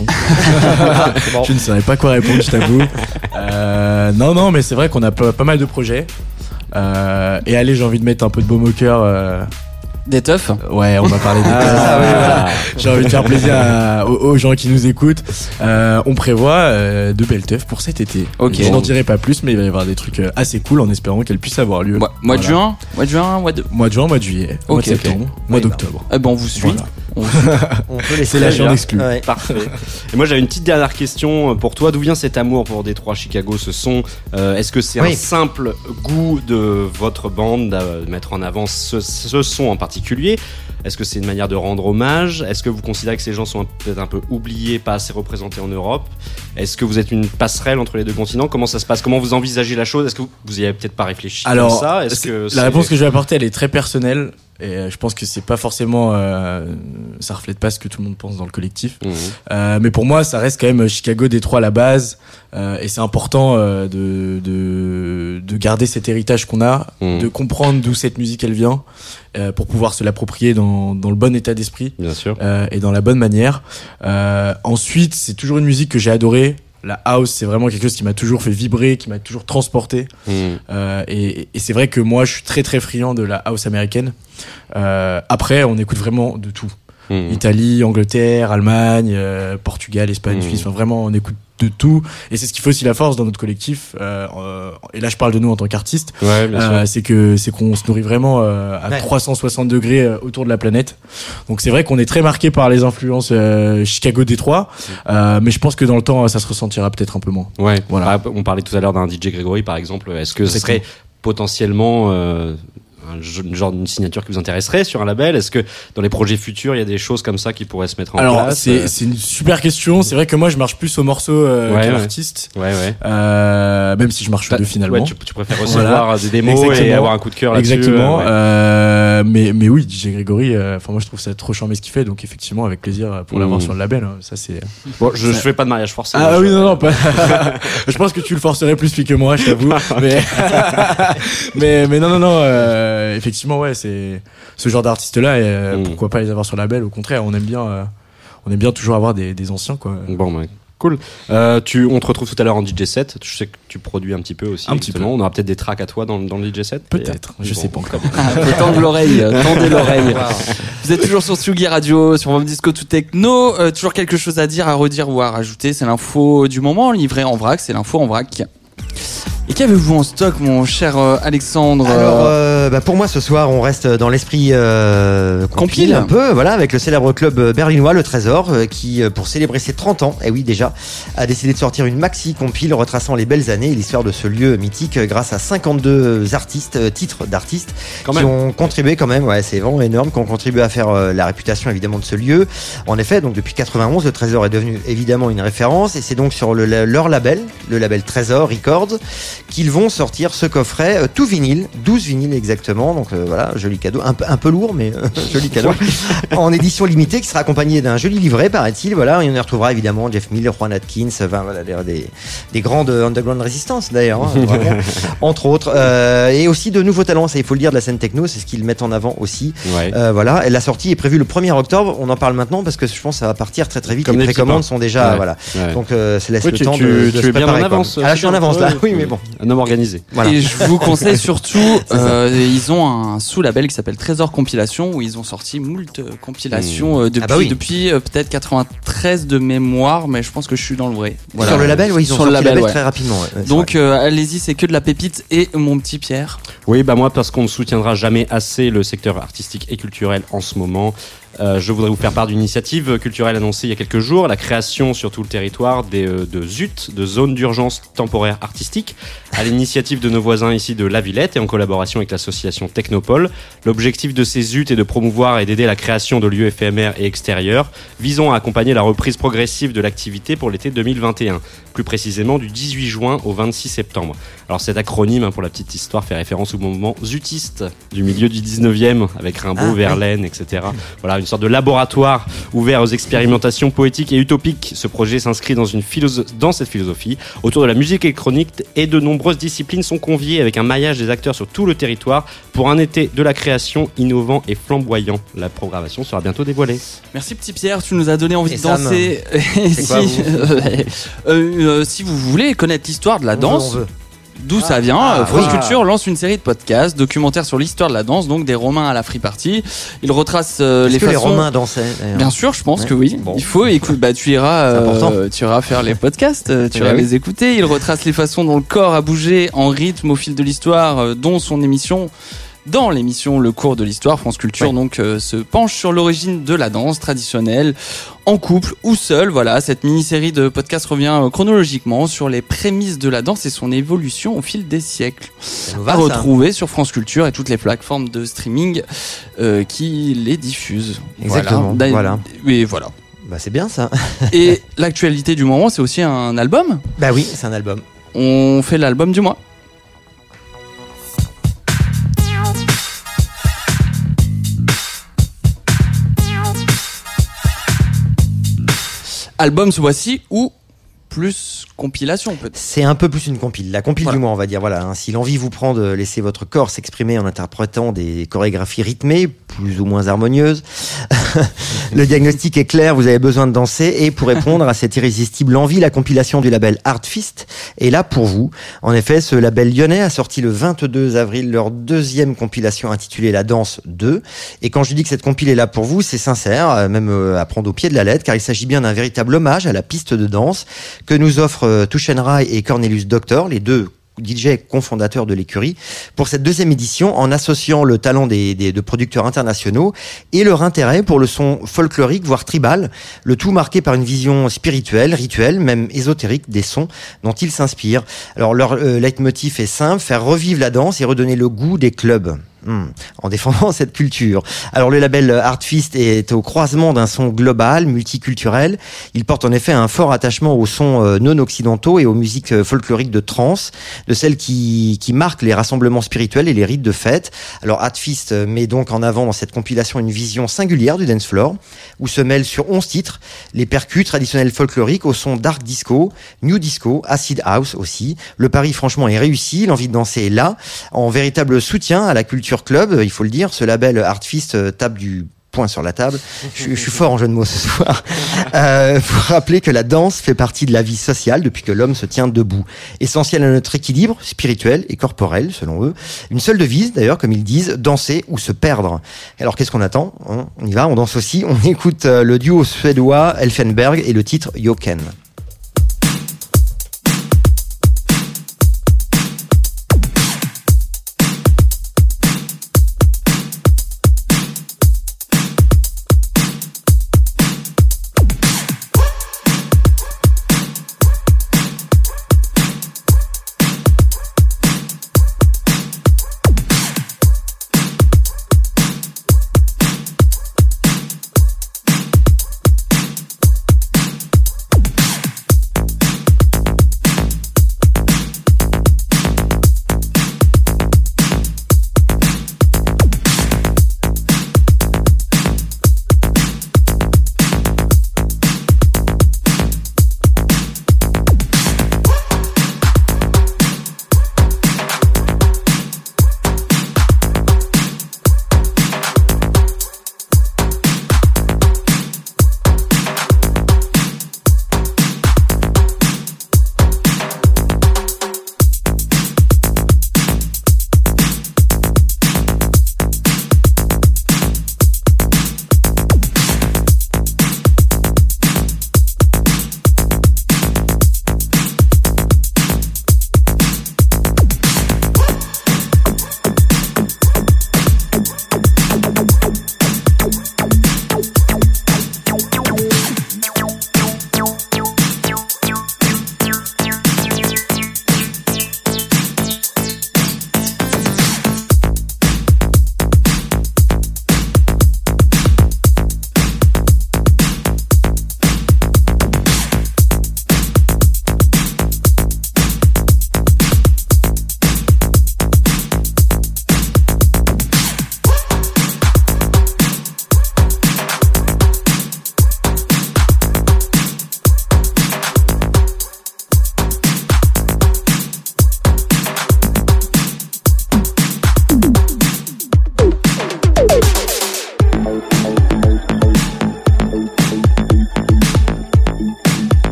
Speaker 6: Je ne savais pas quoi répondre, je t'avoue. Non, mais c'est vrai qu'on a pas mal de projets. Et allez, j'ai envie de mettre un peu de baume au cœur.
Speaker 4: Des teufs.
Speaker 6: Ouais, on va parler des teufs. Oui, voilà. J'ai envie de faire plaisir aux gens qui nous écoutent. On prévoit de belles teufs pour cet été.
Speaker 4: Ok.
Speaker 6: Je n'en dirai pas plus, mais il va y avoir des trucs assez cool en espérant qu'elles puissent avoir lieu.
Speaker 4: Mois de juin, mois de juillet, mois de septembre, mois d'octobre. Eh ben on vous suit.
Speaker 6: Voilà.
Speaker 3: On peut laisser
Speaker 6: la chambre exclue.
Speaker 3: Ouais.
Speaker 5: Parfait. Et moi j'avais une petite dernière question pour toi. D'où vient cet amour pour Détroit, Chicago, ce son? Est-ce que c'est un simple goût de votre bande de mettre en avant ce son en particulier? Est-ce que c'est une manière de rendre hommage? Est-ce que vous considérez que ces gens sont peut-être un peu oubliés, pas assez représentés en Europe? Est-ce que vous êtes une passerelle entre les deux continents? Comment ça se passe? Comment vous envisagez la chose? Est-ce que vous y avez peut-être pas réfléchi comme ça?
Speaker 6: La réponse que je vais apporter, elle est très personnelle. Et je pense que c'est pas forcément ça reflète pas ce que tout le monde pense dans le collectif. Mais pour moi ça reste quand même Chicago, Détroit à la base, et c'est important de garder cet héritage qu'on a, de comprendre d'où cette musique elle vient, pour pouvoir se l'approprier dans le bon état d'esprit,
Speaker 5: bien sûr,
Speaker 6: et dans la bonne manière. Ensuite c'est toujours une musique que j'ai adorée. La house, c'est vraiment quelque chose qui m'a toujours fait vibrer, qui m'a toujours transporté. Et c'est vrai que moi, je suis très très friand de la house américaine. Après, on écoute vraiment de tout. Italie, Angleterre, Allemagne, Portugal, Espagne, Suisse. Enfin, vraiment, on écoute de tout. Et c'est ce qui fait aussi la force dans notre collectif. Et là, je parle de nous en tant qu'artistes.
Speaker 5: Ouais,
Speaker 6: c'est qu'on se nourrit vraiment à 360 degrés autour de la planète. Donc c'est vrai qu'on est très marqué par les influences Chicago-Détroit. Mais je pense que dans le temps, ça se ressentira peut-être un peu moins.
Speaker 5: Ouais.
Speaker 6: Voilà.
Speaker 5: On parlait tout à l'heure d'un DJ Gregory, par exemple. Est-ce que ce serait potentiellement une signature qui vous intéresserait sur un label? Est-ce que dans les projets futurs il y a des choses comme ça qui pourraient se mettre en place?
Speaker 6: C'est une super question. C'est vrai que moi je marche plus au morceau qu'à l'artiste. Même si je marche aux deux finalement.
Speaker 5: Tu préfères recevoir des démos et avoir un coup de cœur là-dessus.
Speaker 6: Exactement. Mais oui, DJ Gregory, moi je trouve ça trop charmé ce qu'il fait, donc effectivement avec plaisir pour l'avoir sur le label. Ça c'est.
Speaker 5: Bon, je fais pas de mariage forcé.
Speaker 6: Oui, non, pas. Je pense que tu le forcerais plus que moi, je t'avoue. mais non. Effectivement, ouais, c'est ce genre d'artistes-là, et pourquoi pas les avoir sur le label? Au contraire, on aime bien toujours avoir des anciens, quoi.
Speaker 5: Bon, cool. On te retrouve tout à l'heure en DJ set. Je sais que tu produis un petit peu aussi.
Speaker 6: Un petit peu.
Speaker 5: On aura peut-être des tracks à toi dans le DJ set.
Speaker 6: Peut-être. Je sais pas encore.
Speaker 4: Tendez l'oreille. Vous êtes toujours sur Tsugi Radio, sur Vom Disco Tout Techno. Toujours quelque chose à dire, à redire ou à rajouter. C'est l'info du moment, livrée en vrac. C'est l'info en vrac. Et qu'avez-vous en stock, mon cher Alexandre?
Speaker 3: Alors, pour moi, ce soir, on reste dans l'esprit compile un peu, voilà, avec le célèbre club berlinois, le Trésor, qui, pour célébrer ses 30 ans, et oui déjà, a décidé de sortir une maxi compile retraçant les belles années et l'histoire de ce lieu mythique grâce à 52 titres d'artistes qui ont contribué quand même, ouais, c'est vraiment énorme, qui ont contribué à faire la réputation évidemment de ce lieu. En effet, donc depuis 91, le Trésor est devenu évidemment une référence, et c'est donc sur leur label, le label Trésor Records, qu'ils vont sortir ce coffret tout vinyle, 12 vinyles exactement, donc voilà, joli cadeau, un peu lourd mais joli cadeau, en édition limitée, qui sera accompagné d'un joli livret, paraît-il, voilà, et on y retrouvera évidemment Jeff Miller, Juan Atkins, enfin voilà, des grandes underground résistance d'ailleurs, vraiment, entre autres, et aussi de nouveaux talents, ça il faut le dire, de la scène techno, c'est ce qu'ils mettent en avant aussi, voilà, et la sortie est prévue le 1er octobre, on en parle maintenant parce que je pense que ça va partir très très vite, les précommandes sont déjà, voilà, donc ça laisse le temps de se préparer.
Speaker 5: Je
Speaker 3: suis en avance là, oui mais bon.
Speaker 5: Un homme organisé.
Speaker 4: Voilà. Et je vous conseille surtout, ils ont un sous-label qui s'appelle Trésor Compilation, où ils ont sorti moult compilations depuis peut-être 93 de mémoire, mais je pense que je suis dans le vrai.
Speaker 3: Voilà. Sur le label, oui, ils ont sorti le label très rapidement.
Speaker 4: Donc allez-y, c'est que de la pépite. Et mon petit Pierre?
Speaker 5: Oui, moi parce qu'on ne soutiendra jamais assez le secteur artistique et culturel en ce moment. Je voudrais vous faire part d'une initiative culturelle annoncée il y a quelques jours, la création sur tout le territoire de ZUT, de zones d'urgence temporaire artistique, à l'initiative de nos voisins ici de La Villette et en collaboration avec l'association Technopole. L'objectif de ces ZUT est de promouvoir et d'aider la création de lieux éphémères et extérieurs, visant à accompagner la reprise progressive de l'activité pour l'été 2021, plus précisément du 18 juin au 26 septembre. Alors cet acronyme, pour la petite histoire, fait référence au mouvement zutiste du milieu du 19e, avec Rimbaud, Verlaine, etc. Voilà, une sorte de laboratoire ouvert aux expérimentations poétiques et utopiques. Ce projet s'inscrit dans cette philosophie. Autour de la musique électronique et de nombreuses disciplines sont conviées avec un maillage des acteurs sur tout le territoire pour un été de la création innovant et flamboyant. La programmation sera bientôt dévoilée.
Speaker 4: Merci petit Pierre, tu nous as donné envie de
Speaker 3: Sam,
Speaker 4: danser. Si vous voulez connaître l'histoire de la danse,
Speaker 3: on veut.
Speaker 4: d'où ça vient, France Culture lance une série de podcasts, documentaires sur l'histoire de la danse, donc des Romains à la Free Party. Il retrace les façons.
Speaker 3: Les Romains dansaient d'ailleurs.
Speaker 4: Bien sûr, je pense que oui.
Speaker 3: Bon.
Speaker 4: Il faut écouter. Tu iras faire les podcasts, tu iras les écouter. Il retrace les façons dont le corps a bougé en rythme au fil de l'histoire, dont son émission. Dans l'émission Le cours de l'histoire, France Culture se penche sur l'origine de la danse traditionnelle, en couple ou seul. Voilà, cette mini-série de podcasts revient chronologiquement sur les prémices de la danse et son évolution au fil des siècles. À retrouver sur France Culture et toutes les plateformes de streaming qui les diffusent.
Speaker 3: Exactement. Voilà.
Speaker 4: Et voilà.
Speaker 3: Bah c'est bien ça.
Speaker 4: Et l'actualité du moment, c'est aussi un album.
Speaker 3: Bah oui, c'est un album.
Speaker 4: On fait l'album du mois. Album ce mois-ci ou plus compilation peut-être.
Speaker 3: C'est un peu plus une compile, la compile du mois on va dire. Voilà, si l'envie vous prend de laisser votre corps s'exprimer en interprétant des chorégraphies rythmées, plus ou moins harmonieuses, le diagnostic est clair, vous avez besoin de danser et pour répondre à cette irrésistible envie, la compilation du label Artfist est là pour vous. En effet, ce label lyonnais a sorti le 22 avril leur deuxième compilation intitulée La Danse 2 et quand je dis que cette compile est là pour vous, c'est sincère, même à prendre au pied de la lettre car il s'agit bien d'un véritable hommage à la piste de danse que nous offrent Tushen Rai et Cornelius Doctor, les deux DJ cofondateurs de l'écurie, pour cette deuxième édition en associant le talent de producteurs internationaux et leur intérêt pour le son folklorique, voire tribal, le tout marqué par une vision spirituelle, rituelle, même ésotérique des sons dont ils s'inspirent. Alors leur leitmotiv est simple, faire revivre la danse et redonner le goût des clubs. En défendant cette culture. Alors le label Artfist est au croisement d'un son global, multiculturel. Il porte en effet un fort attachement aux sons non occidentaux et aux musiques folkloriques de trance, de celles qui marquent les rassemblements spirituels et les rites de fête. Alors Artfist met donc en avant dans cette compilation une vision singulière du dance floor, où se mêlent sur 11 titres les percus traditionnels folkloriques au son dark disco, new disco, acid house aussi. Le pari franchement est réussi, l'envie de danser est là, en véritable soutien à la culture club, il faut le dire, ce label Artfist tape du poing sur la table. Je suis fort en jeu de mots ce soir. Pour rappeler que la danse fait partie de la vie sociale depuis que l'homme se tient debout. Essentiel à notre équilibre spirituel et corporel, selon eux. Une seule devise, d'ailleurs, comme ils disent, danser ou se perdre. Alors, qu'est-ce qu'on attend ? On y va, on danse aussi. On écoute le duo suédois Elfenberg et le titre Joken.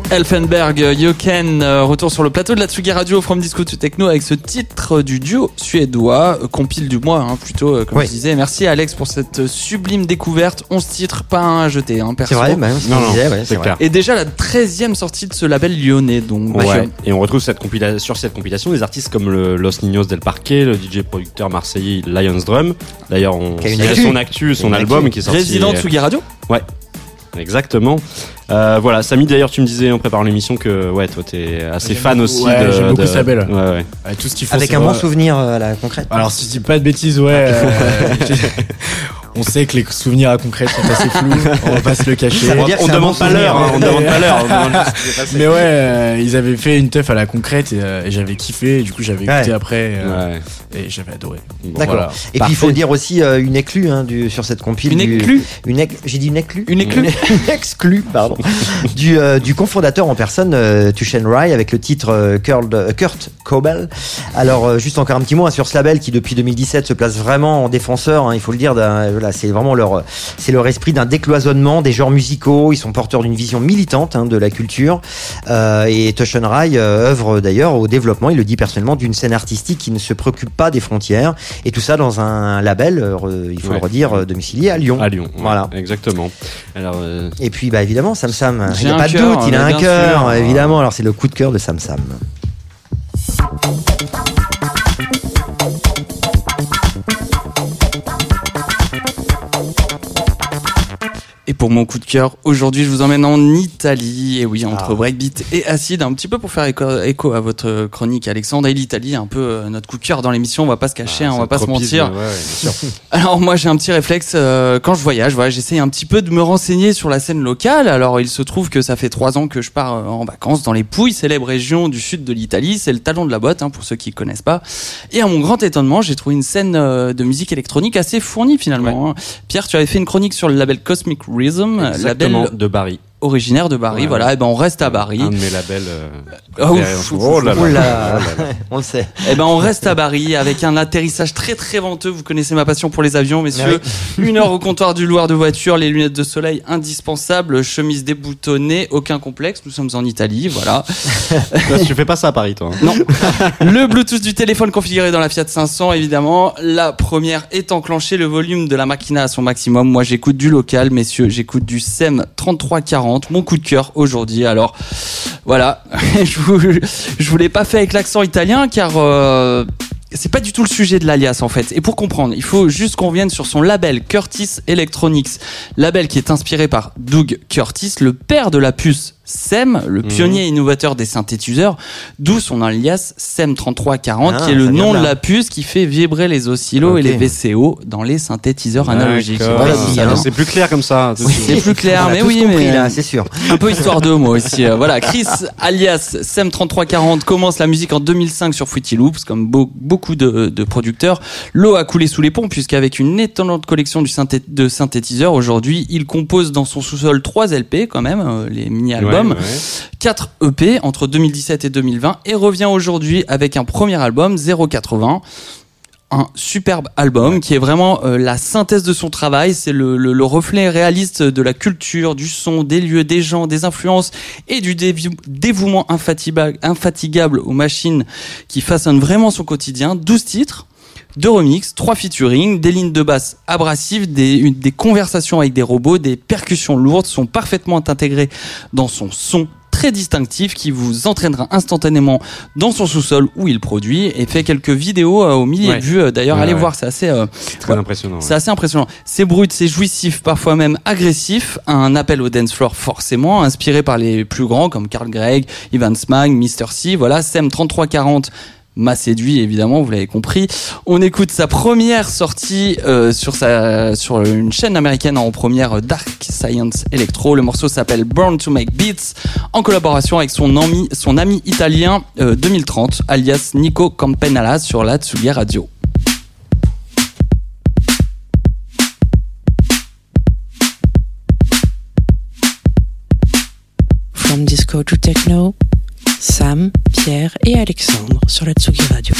Speaker 4: Elfenberg, Jöken, retour sur le plateau de la Tsugi Radio From Disco to Techno avec ce titre du duo suédois, compile du mois plutôt, comme je disais. Merci Alex pour cette sublime découverte. 11 titres, pas un à jeter, perso.
Speaker 3: C'est vrai, c'est
Speaker 5: clair.
Speaker 4: Et déjà la 13e sortie de ce label lyonnais, donc.
Speaker 5: Ouais. Et on retrouve sur cette compilation des artistes comme le Los Niños del Parque, le DJ producteur marseillais Lions Drum. D'ailleurs, on signale son album qui est sorti.
Speaker 4: Résident Tsugi Radio.
Speaker 5: Ouais. Exactement. Voilà, Samy, d'ailleurs, tu me disais en préparant l'émission que toi t'es assez fan aussi de.
Speaker 6: J'aime beaucoup ce label.
Speaker 5: Ouais.
Speaker 6: Tout ce qu'ils font.
Speaker 3: Avec un bon souvenir à la concrète.
Speaker 6: Alors, si je dis pas de bêtises, on sait que les souvenirs à concrète sont assez flous. On va pas se le cacher.
Speaker 5: On demande pas l'heure. On demande pas l'heure.
Speaker 6: Mais ils avaient fait une teuf à la concrète et j'avais kiffé. Et du coup, j'avais écouté après et j'avais adoré.
Speaker 3: D'accord. Voilà. Et puis il faut dire aussi une exclue sur cette compile.
Speaker 4: Une exclue.
Speaker 3: J'ai dit une exclue.
Speaker 4: Une exclue,
Speaker 3: pardon. du cofondateur en personne, Tushen Rai, avec le titre Kurt Kobel. Alors juste encore un petit mot sur ce label qui depuis 2017 se place vraiment en défenseur. Il faut le dire. C'est vraiment leur esprit d'un décloisonnement des genres musicaux. Ils sont porteurs d'une vision militante de la culture. Et Tushen Rai œuvre d'ailleurs au développement, il le dit personnellement, d'une scène artistique qui ne se préoccupe pas des frontières. Et tout ça dans un label, il faut le redire, domicilié à Lyon.
Speaker 5: À Lyon,
Speaker 3: voilà.
Speaker 5: Exactement. Alors,
Speaker 3: Et puis évidemment, Sam Sam, il n'y a pas de doute, il a un cœur, évidemment. Alors c'est le coup de cœur de Sam Sam.
Speaker 4: Et pour mon coup de cœur, aujourd'hui, je vous emmène en Italie. Et oui, entre breakbeat et acide, un petit peu pour faire écho à votre chronique, Alexandre. Et l'Italie, un peu notre coup de cœur dans l'émission. On va pas se cacher, on va pas se mentir.
Speaker 5: Bien sûr.
Speaker 4: Alors moi, j'ai un petit réflexe quand je voyage. J'essaie un petit peu de me renseigner sur la scène locale. Alors il se trouve que ça fait 3 ans que je pars en vacances dans les Pouilles, célèbre région du sud de l'Italie. C'est le talon de la botte, pour ceux qui connaissent pas. Et à mon grand étonnement, j'ai trouvé une scène de musique électronique assez fournie finalement. Pierre, tu avais fait une chronique sur le label Cosmic Rhythm, label
Speaker 5: de Bari.
Speaker 4: Originaire de Bari, voilà. Et ben on reste à Bari.
Speaker 5: Un de mes labels.
Speaker 3: On le sait.
Speaker 4: Et ben on reste à Bari avec un atterrissage très très venteux. Vous connaissez ma passion pour les avions, messieurs. 1 heure au comptoir du Loir de voiture, les lunettes de soleil indispensables, chemise déboutonnée, aucun complexe. Nous sommes en Italie, voilà.
Speaker 5: Tu fais pas ça à Paris, toi.
Speaker 4: Non. Le Bluetooth du téléphone configuré dans la Fiat 500, évidemment. La première est enclenchée, le volume de la Machina à son maximum. Moi, j'écoute du local, messieurs. J'écoute du SEM 3340. Mon coup de cœur aujourd'hui. Alors voilà, je vous l'ai pas fait avec l'accent italien car c'est pas du tout le sujet de l'alias en fait. Et pour comprendre, il faut juste qu'on vienne sur son label Curtis Electronics, label qui est inspiré par Doug Curtis, le père de la puce SEM, le pionnier innovateur des synthétiseurs, d'où son alias SEM3340, qui est le nom de la puce qui fait vibrer les oscillos et les VCO dans les synthétiseurs analogiques.
Speaker 5: C'est plus clair comme ça.
Speaker 4: C'est plus clair, mais oui,
Speaker 3: mais là, c'est sûr.
Speaker 4: Un peu histoire de moi aussi. Voilà, Chris alias SEM3340 commence la musique en 2005 sur Fruity Loops, comme beaucoup de producteurs. L'eau a coulé sous les ponts puisqu'avec une étonnante collection de synthétiseurs, aujourd'hui, il compose dans son sous-sol 3 LP quand même, les mini-albums. 4 EP entre 2017 et 2020 et revient aujourd'hui avec un premier album 080, un superbe album qui est vraiment la synthèse de son travail. C'est le reflet réaliste de la culture, du son, des lieux, des gens, des influences et du dévouement infatigable aux machines qui façonnent vraiment son quotidien. 12 titres, 2 remixes, 3 featuring, des lignes de basse abrasives, des conversations avec des robots, des percussions lourdes sont parfaitement intégrées dans son son très distinctif qui vous entraînera instantanément dans son sous-sol où il produit et fait quelques vidéos aux milliers de vues. D'ailleurs, allez voir, c'est assez
Speaker 5: très impressionnant.
Speaker 4: C'est assez impressionnant. C'est brut, c'est jouissif, parfois même agressif. Un appel au dance floor forcément, inspiré par les plus grands comme Carl Gregg, Ivan Smag, Mr. C. Voilà, SEM 3340 m'a séduit, évidemment, vous l'avez compris. On écoute sa première sortie sur une chaîne américaine en première, Dark Science Electro. Le morceau s'appelle Born to Make Beats, en collaboration avec son ami italien 2030, alias Nico Campanella, sur la Tsugi Radio.
Speaker 2: From Disco to Techno, Sam, Pierre et Alexandre sur la Tsugi Radio.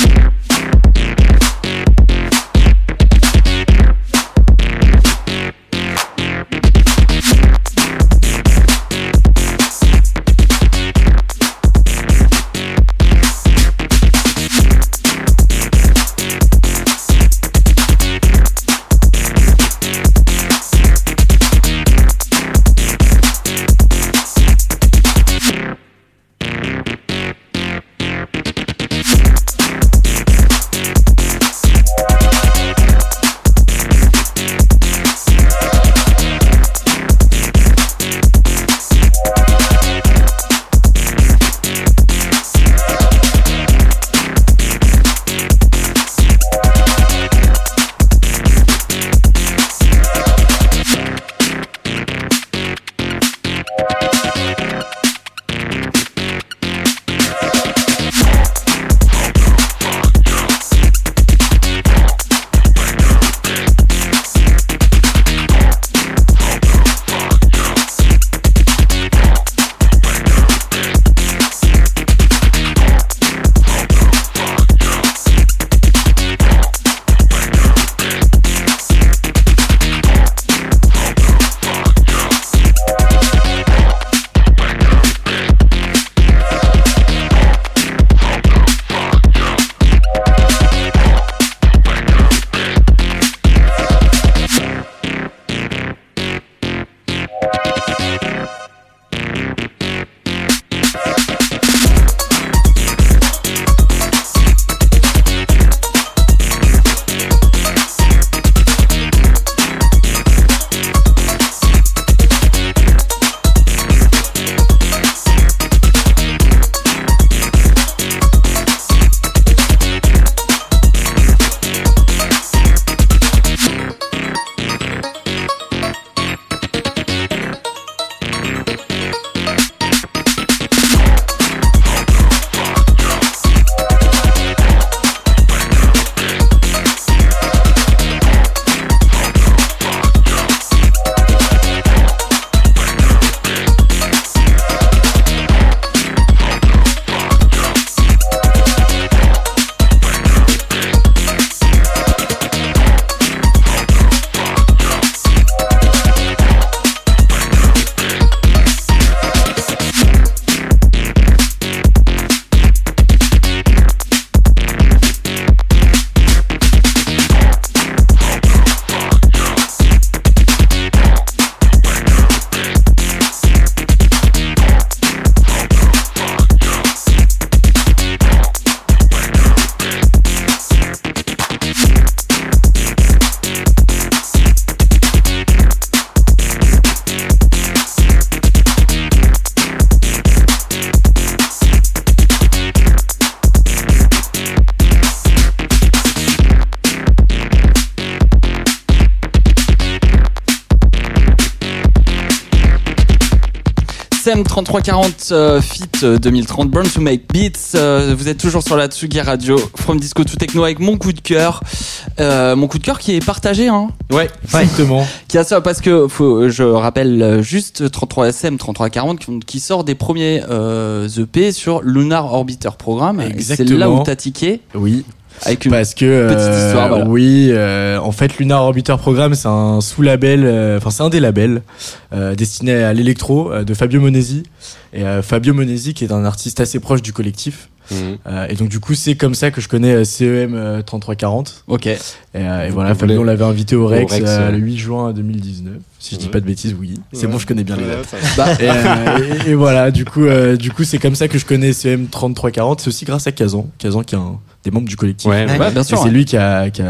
Speaker 4: SM3340 Fit 2030 Burn to Make Beats. Vous êtes toujours sur la Tsugi Radio From Disco to Techno avec mon coup de cœur. Mon coup de cœur qui est partagé, hein.
Speaker 6: Ouais, exactement.
Speaker 4: Qui a ça parce que je rappelle juste 33 SM3340 qui sort des premiers EP sur Lunar Orbiter Programme.
Speaker 6: Exactement.
Speaker 4: C'est là où t'as tiqué.
Speaker 6: Oui.
Speaker 4: Avec une
Speaker 6: parce que
Speaker 4: petite histoire, voilà.
Speaker 6: oui, en fait Lunar Orbiter Programme c'est un sous-label, enfin c'est un des labels destiné à l'électro de Fabio Monesi et Fabio Monesi qui est un artiste assez proche du collectif. Et donc du coup c'est comme ça que je connais CEM 3340.
Speaker 4: Ok.
Speaker 6: Et voilà, Fabio on l'avait invité au Rex,
Speaker 5: Rex,
Speaker 6: le 8 juin 2019. Si je dis pas de bêtises, oui. C'est bon, je connais bien les dates.
Speaker 4: Bah.
Speaker 6: Et voilà, du coup c'est comme ça que je connais CEM 3340. C'est aussi grâce à Kazan qui est un des membres du collectif.
Speaker 5: Ouais,
Speaker 4: bien sûr.
Speaker 6: Et c'est lui qui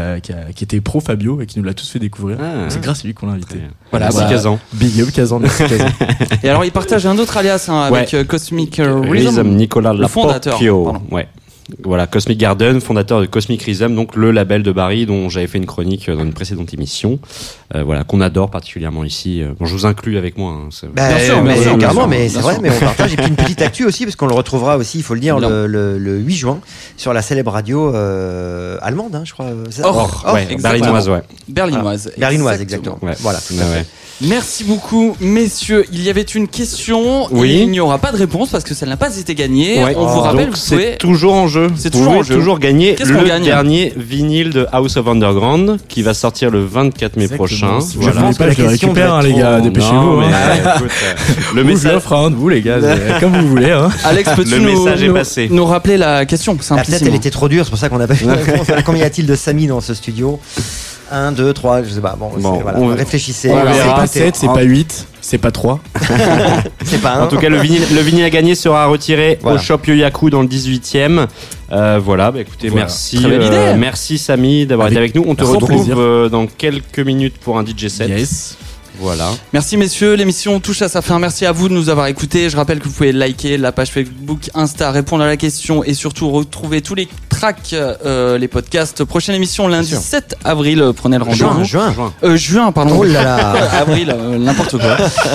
Speaker 6: était pro Fabio et qui nous l'a tous fait découvrir. C'est grâce à lui qu'on l'a invité.
Speaker 4: Voilà,
Speaker 5: merci Kazan.
Speaker 6: Big up Kazan, merci Kazan.
Speaker 4: Et alors il partage un autre alias avec Cosmic Rhythm,
Speaker 5: Nicolas
Speaker 4: le fondateur.
Speaker 5: Ouais. Voilà, Cosmic Garden, fondateur de Cosmic Rhythm, donc le label de Barry dont j'avais fait une chronique dans une précédente émission, voilà, qu'on adore particulièrement ici. Bon, je vous inclus avec moi. Hein,
Speaker 4: bien sûr,
Speaker 3: carrément, mais c'est vrai, mais on partage. Et puis une petite actu aussi, parce qu'on le retrouvera aussi, il faut le dire, le 8 juin sur la célèbre radio allemande, hein, je crois.
Speaker 5: berlinoise, ouais.
Speaker 4: Berlinoise,
Speaker 3: exactement.
Speaker 5: Ouais.
Speaker 3: Voilà.
Speaker 5: Ouais.
Speaker 4: Merci beaucoup, messieurs. Il y avait une question.
Speaker 5: Oui.
Speaker 4: Et il n'y aura pas de réponse parce que ça n'a pas été gagné.
Speaker 5: Ouais.
Speaker 4: On vous rappelle,
Speaker 5: donc,
Speaker 4: vous pouvez.
Speaker 5: c'est toujours en jeu.
Speaker 4: C'est
Speaker 5: Vous
Speaker 4: toujours en
Speaker 5: pouvez
Speaker 4: jeu.
Speaker 5: toujours gagner
Speaker 4: Qu'est-ce qu'on
Speaker 5: le
Speaker 4: gagne
Speaker 5: dernier vinyle de House of Underground qui va sortir le 24 mai prochain.
Speaker 6: Si vous ne voulez pas, je le récupère, hein, les gars. Dépêchez-vous.
Speaker 5: Non, mais,
Speaker 6: Hein.
Speaker 5: écoute, le
Speaker 6: Vous, je
Speaker 5: message.
Speaker 6: l'offre à un de vous, les gars. Comme vous voulez. Hein.
Speaker 4: Alex, peux-tu
Speaker 5: Le message est passé.
Speaker 4: nous rappeler la question
Speaker 3: La tête,
Speaker 4: simplissime.
Speaker 3: elle était trop dure, c'est pour ça qu'on n'a pas fait de réponse. Combien y a-t-il de Samy dans ce studio 1, 2, 3, je sais pas. Bon, voilà. Réfléchissez.
Speaker 5: on
Speaker 6: C'est
Speaker 5: verra.
Speaker 6: pas 7, c'est pas 8, c'est pas 3.
Speaker 3: C'est pas 1.
Speaker 5: En tout cas, le vinyle à gagner sera retiré au Shop Yoyaku dans le 18e. Voilà, écoutez,
Speaker 6: Voilà.
Speaker 5: merci.
Speaker 4: Très belle idée.
Speaker 5: Merci Samy d'avoir été avec nous. On te
Speaker 6: Grand
Speaker 5: retrouve
Speaker 6: plaisir.
Speaker 5: dans quelques minutes pour un DJ set.
Speaker 6: Yes.
Speaker 5: Voilà.
Speaker 4: Merci messieurs, l'émission touche à sa fin. Merci à vous de nous avoir écoutés. Je rappelle que vous pouvez liker la page Facebook, Insta, répondre à la question et surtout retrouver tous les tracks, les podcasts. Prochaine émission lundi 7 avril. Prenez le rendez-vous. Juin, pardon.
Speaker 3: Oh là là.
Speaker 4: Avril, n'importe quoi.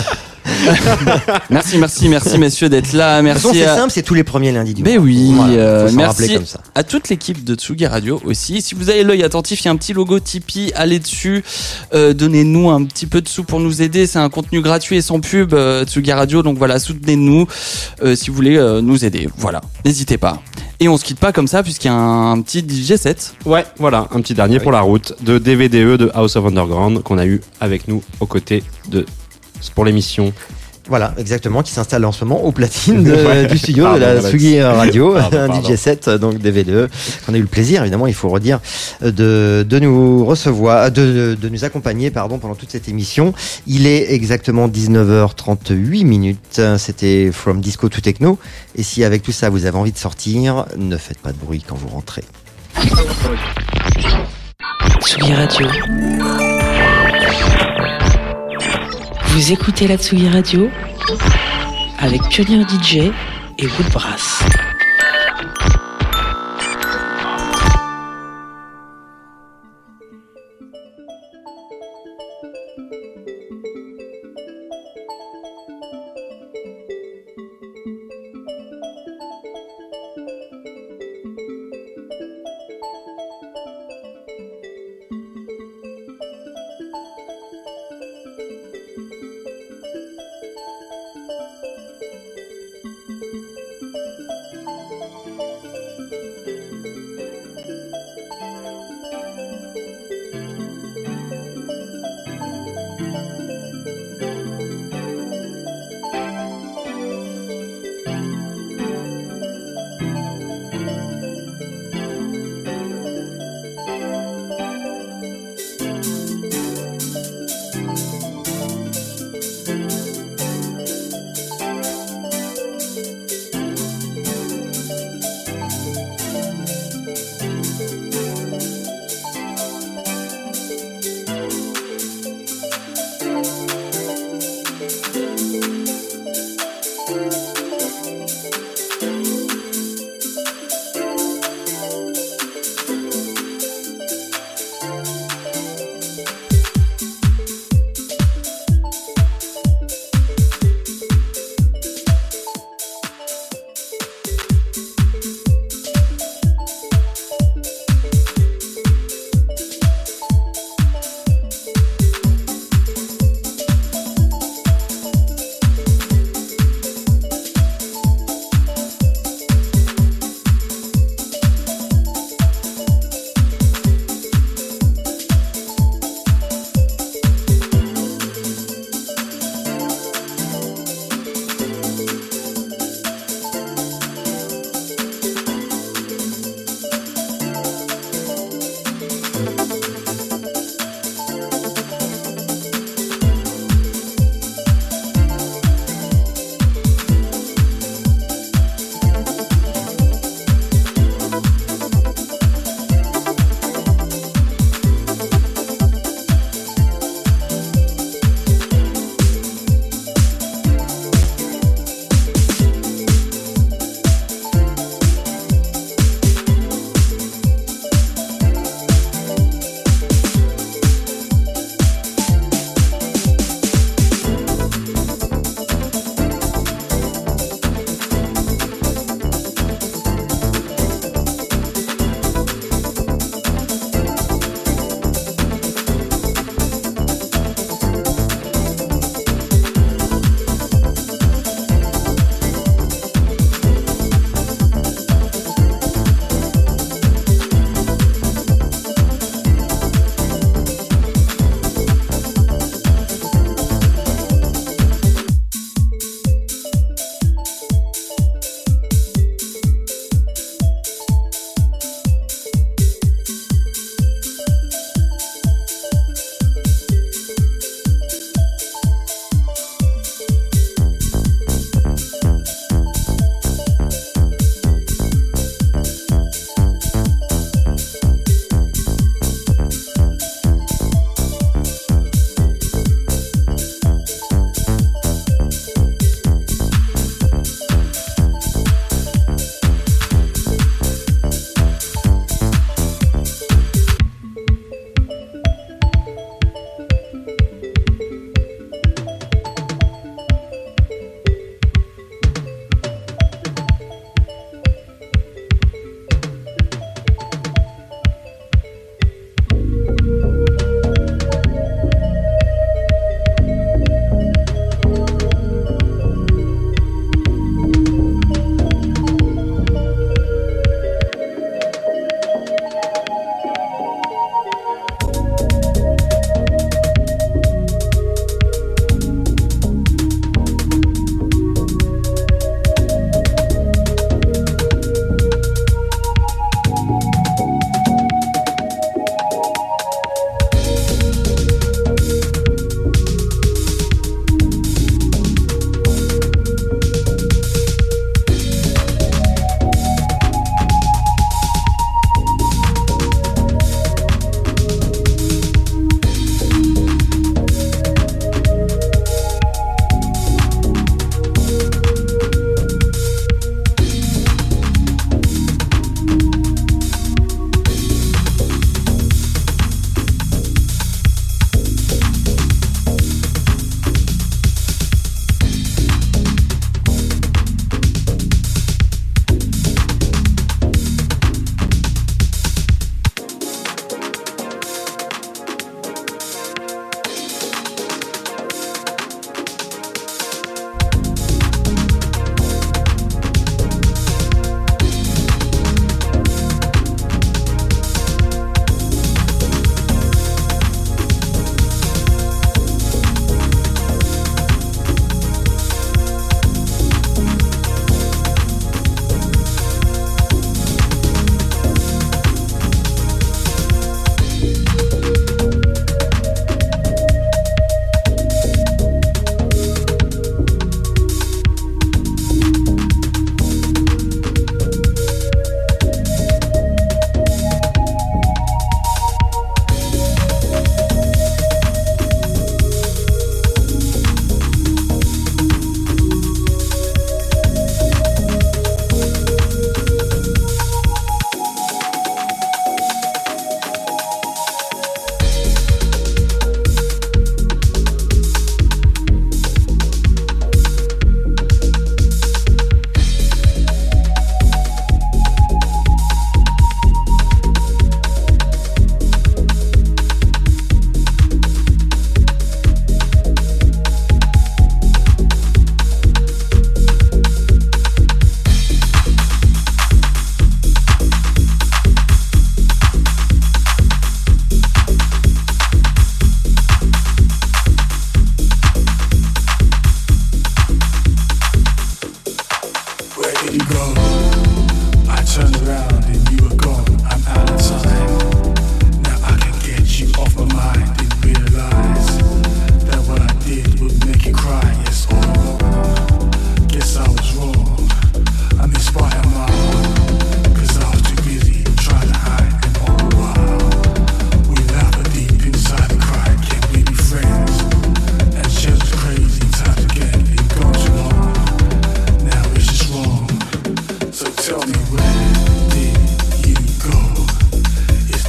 Speaker 4: merci messieurs d'être là.
Speaker 3: De toute façon,
Speaker 4: Merci
Speaker 3: c'est
Speaker 4: à...
Speaker 3: simple, c'est tous les premiers lundis du mois.
Speaker 4: Mais oui,
Speaker 3: Voilà, faut s'en rappeler
Speaker 4: merci
Speaker 3: comme ça.
Speaker 4: à toute l'équipe de Tsugi Radio aussi. Si vous avez l'œil attentif, il y a un petit logo Tipeee, allez dessus, donnez-nous un petit peu de sous pour nous aider. C'est un contenu gratuit et sans pub, Tsugi Radio, donc voilà, soutenez-nous si vous voulez nous aider. Voilà, n'hésitez pas. Et on se quitte pas comme ça puisqu'il y a un petit DJ set.
Speaker 5: Ouais, voilà, un petit dernier pour la route de DVDE de House of Underground qu'on a eu avec nous aux côtés pour l'émission.
Speaker 3: Voilà, exactement, qui s'installe en ce moment aux platines du studio
Speaker 5: Pardon,
Speaker 3: de la
Speaker 5: Alex.
Speaker 3: Tsugi Radio, un
Speaker 5: Pardon.
Speaker 3: DJ set, donc DVD, qu'on a eu le plaisir, évidemment, il faut redire, de nous recevoir, de nous accompagner, pendant toute cette émission. Il est exactement 19h38 minutes. C'était From Disco to Techno. Et si avec tout ça vous avez envie de sortir, ne faites pas de bruit quand vous rentrez.
Speaker 2: Tsugi Radio. Vous écoutez la Tsugi Radio avec Pionnier DJ et Woodbrass.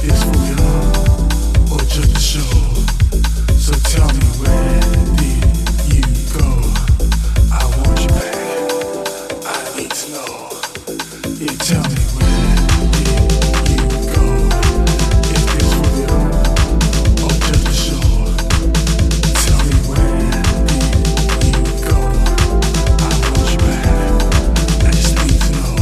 Speaker 7: this for real or just a show? So tell me, where did you go? I want you back. I need to know. You tell me, where did you go? Is this for real or just a show? Tell me, where did you go? I want you back. I just need to know.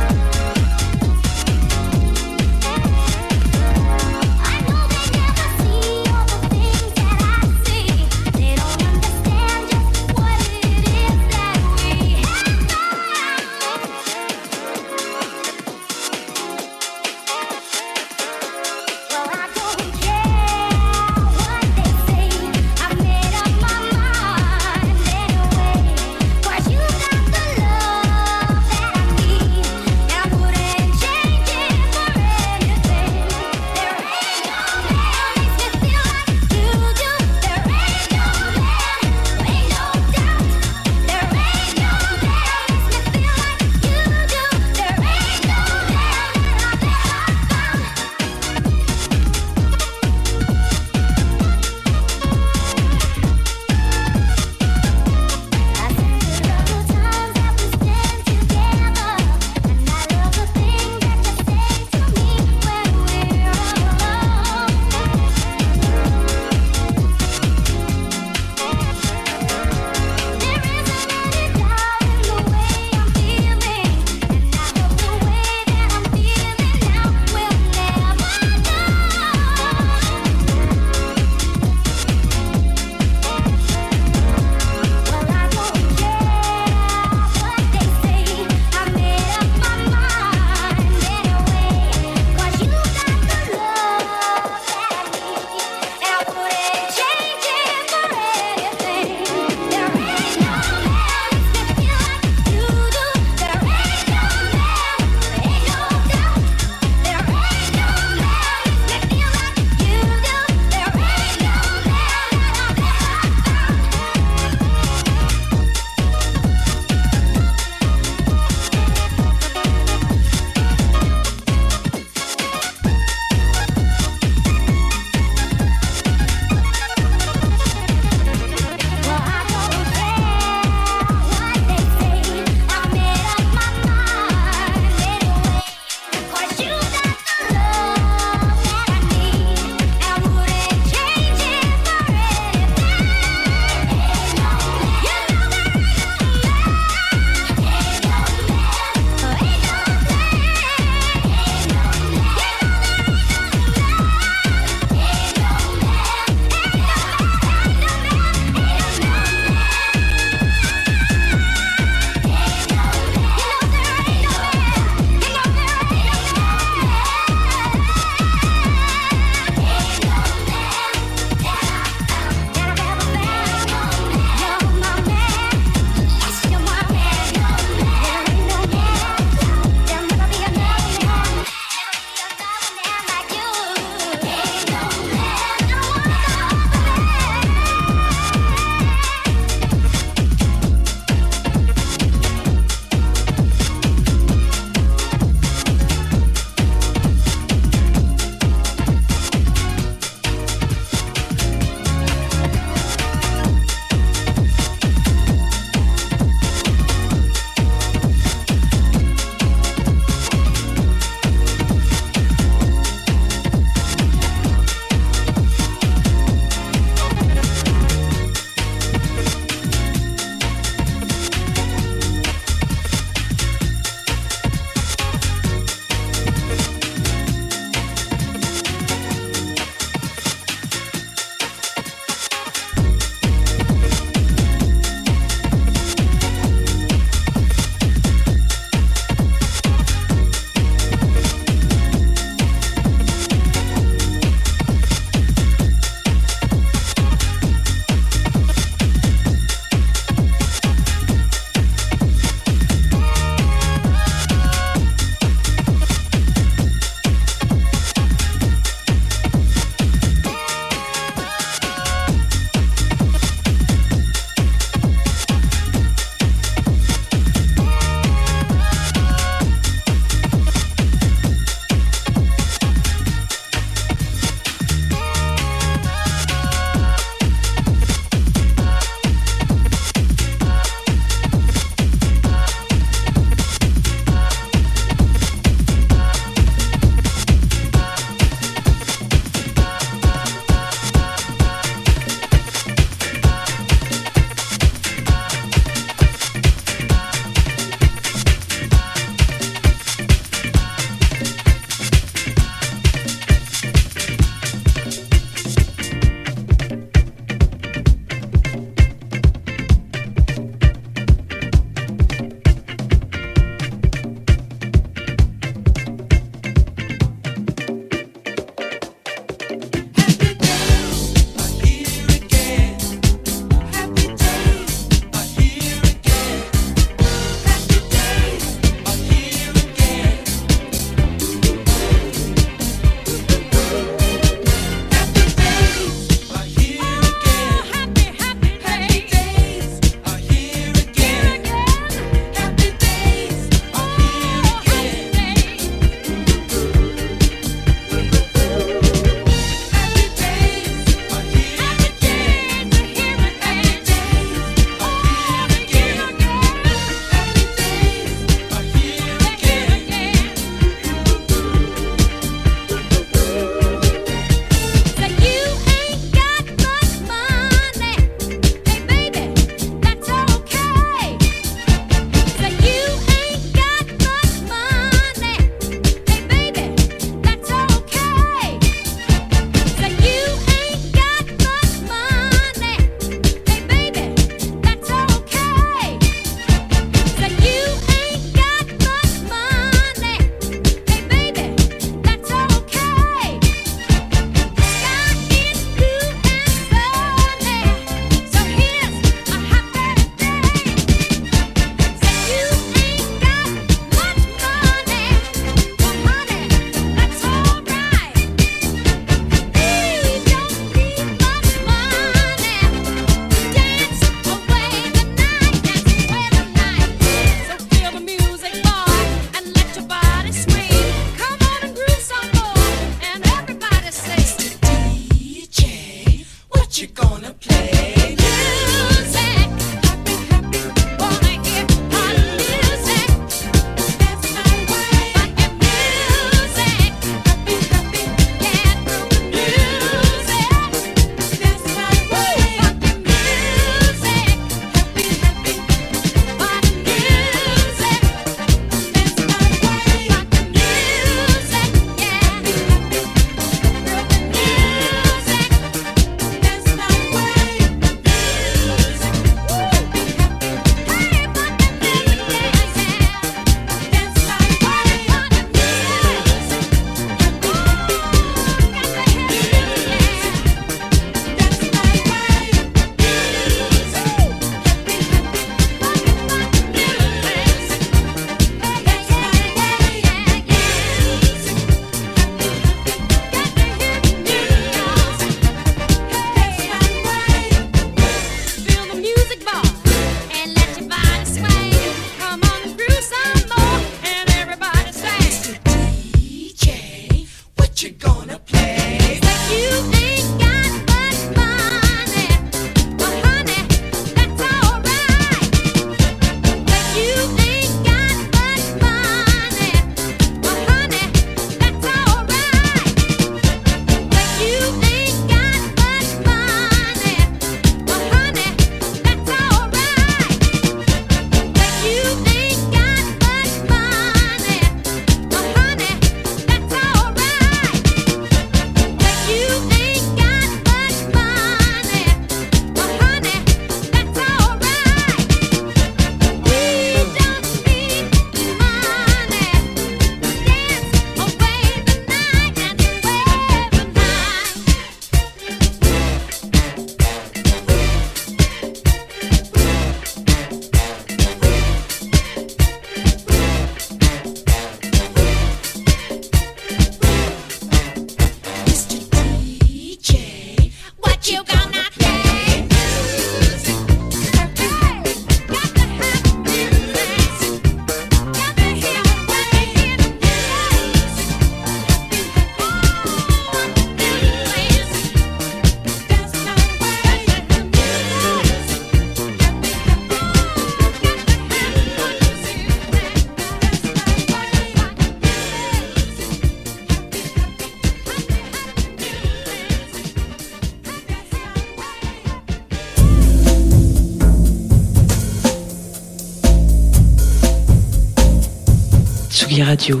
Speaker 2: Tsugi Radio.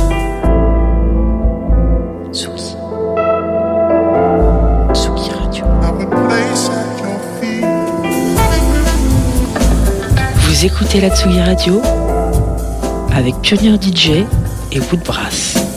Speaker 2: Tsugi. Tsugi Radio. Vous écoutez la Tsugi Radio avec Pionnier DJ et Woodbrass.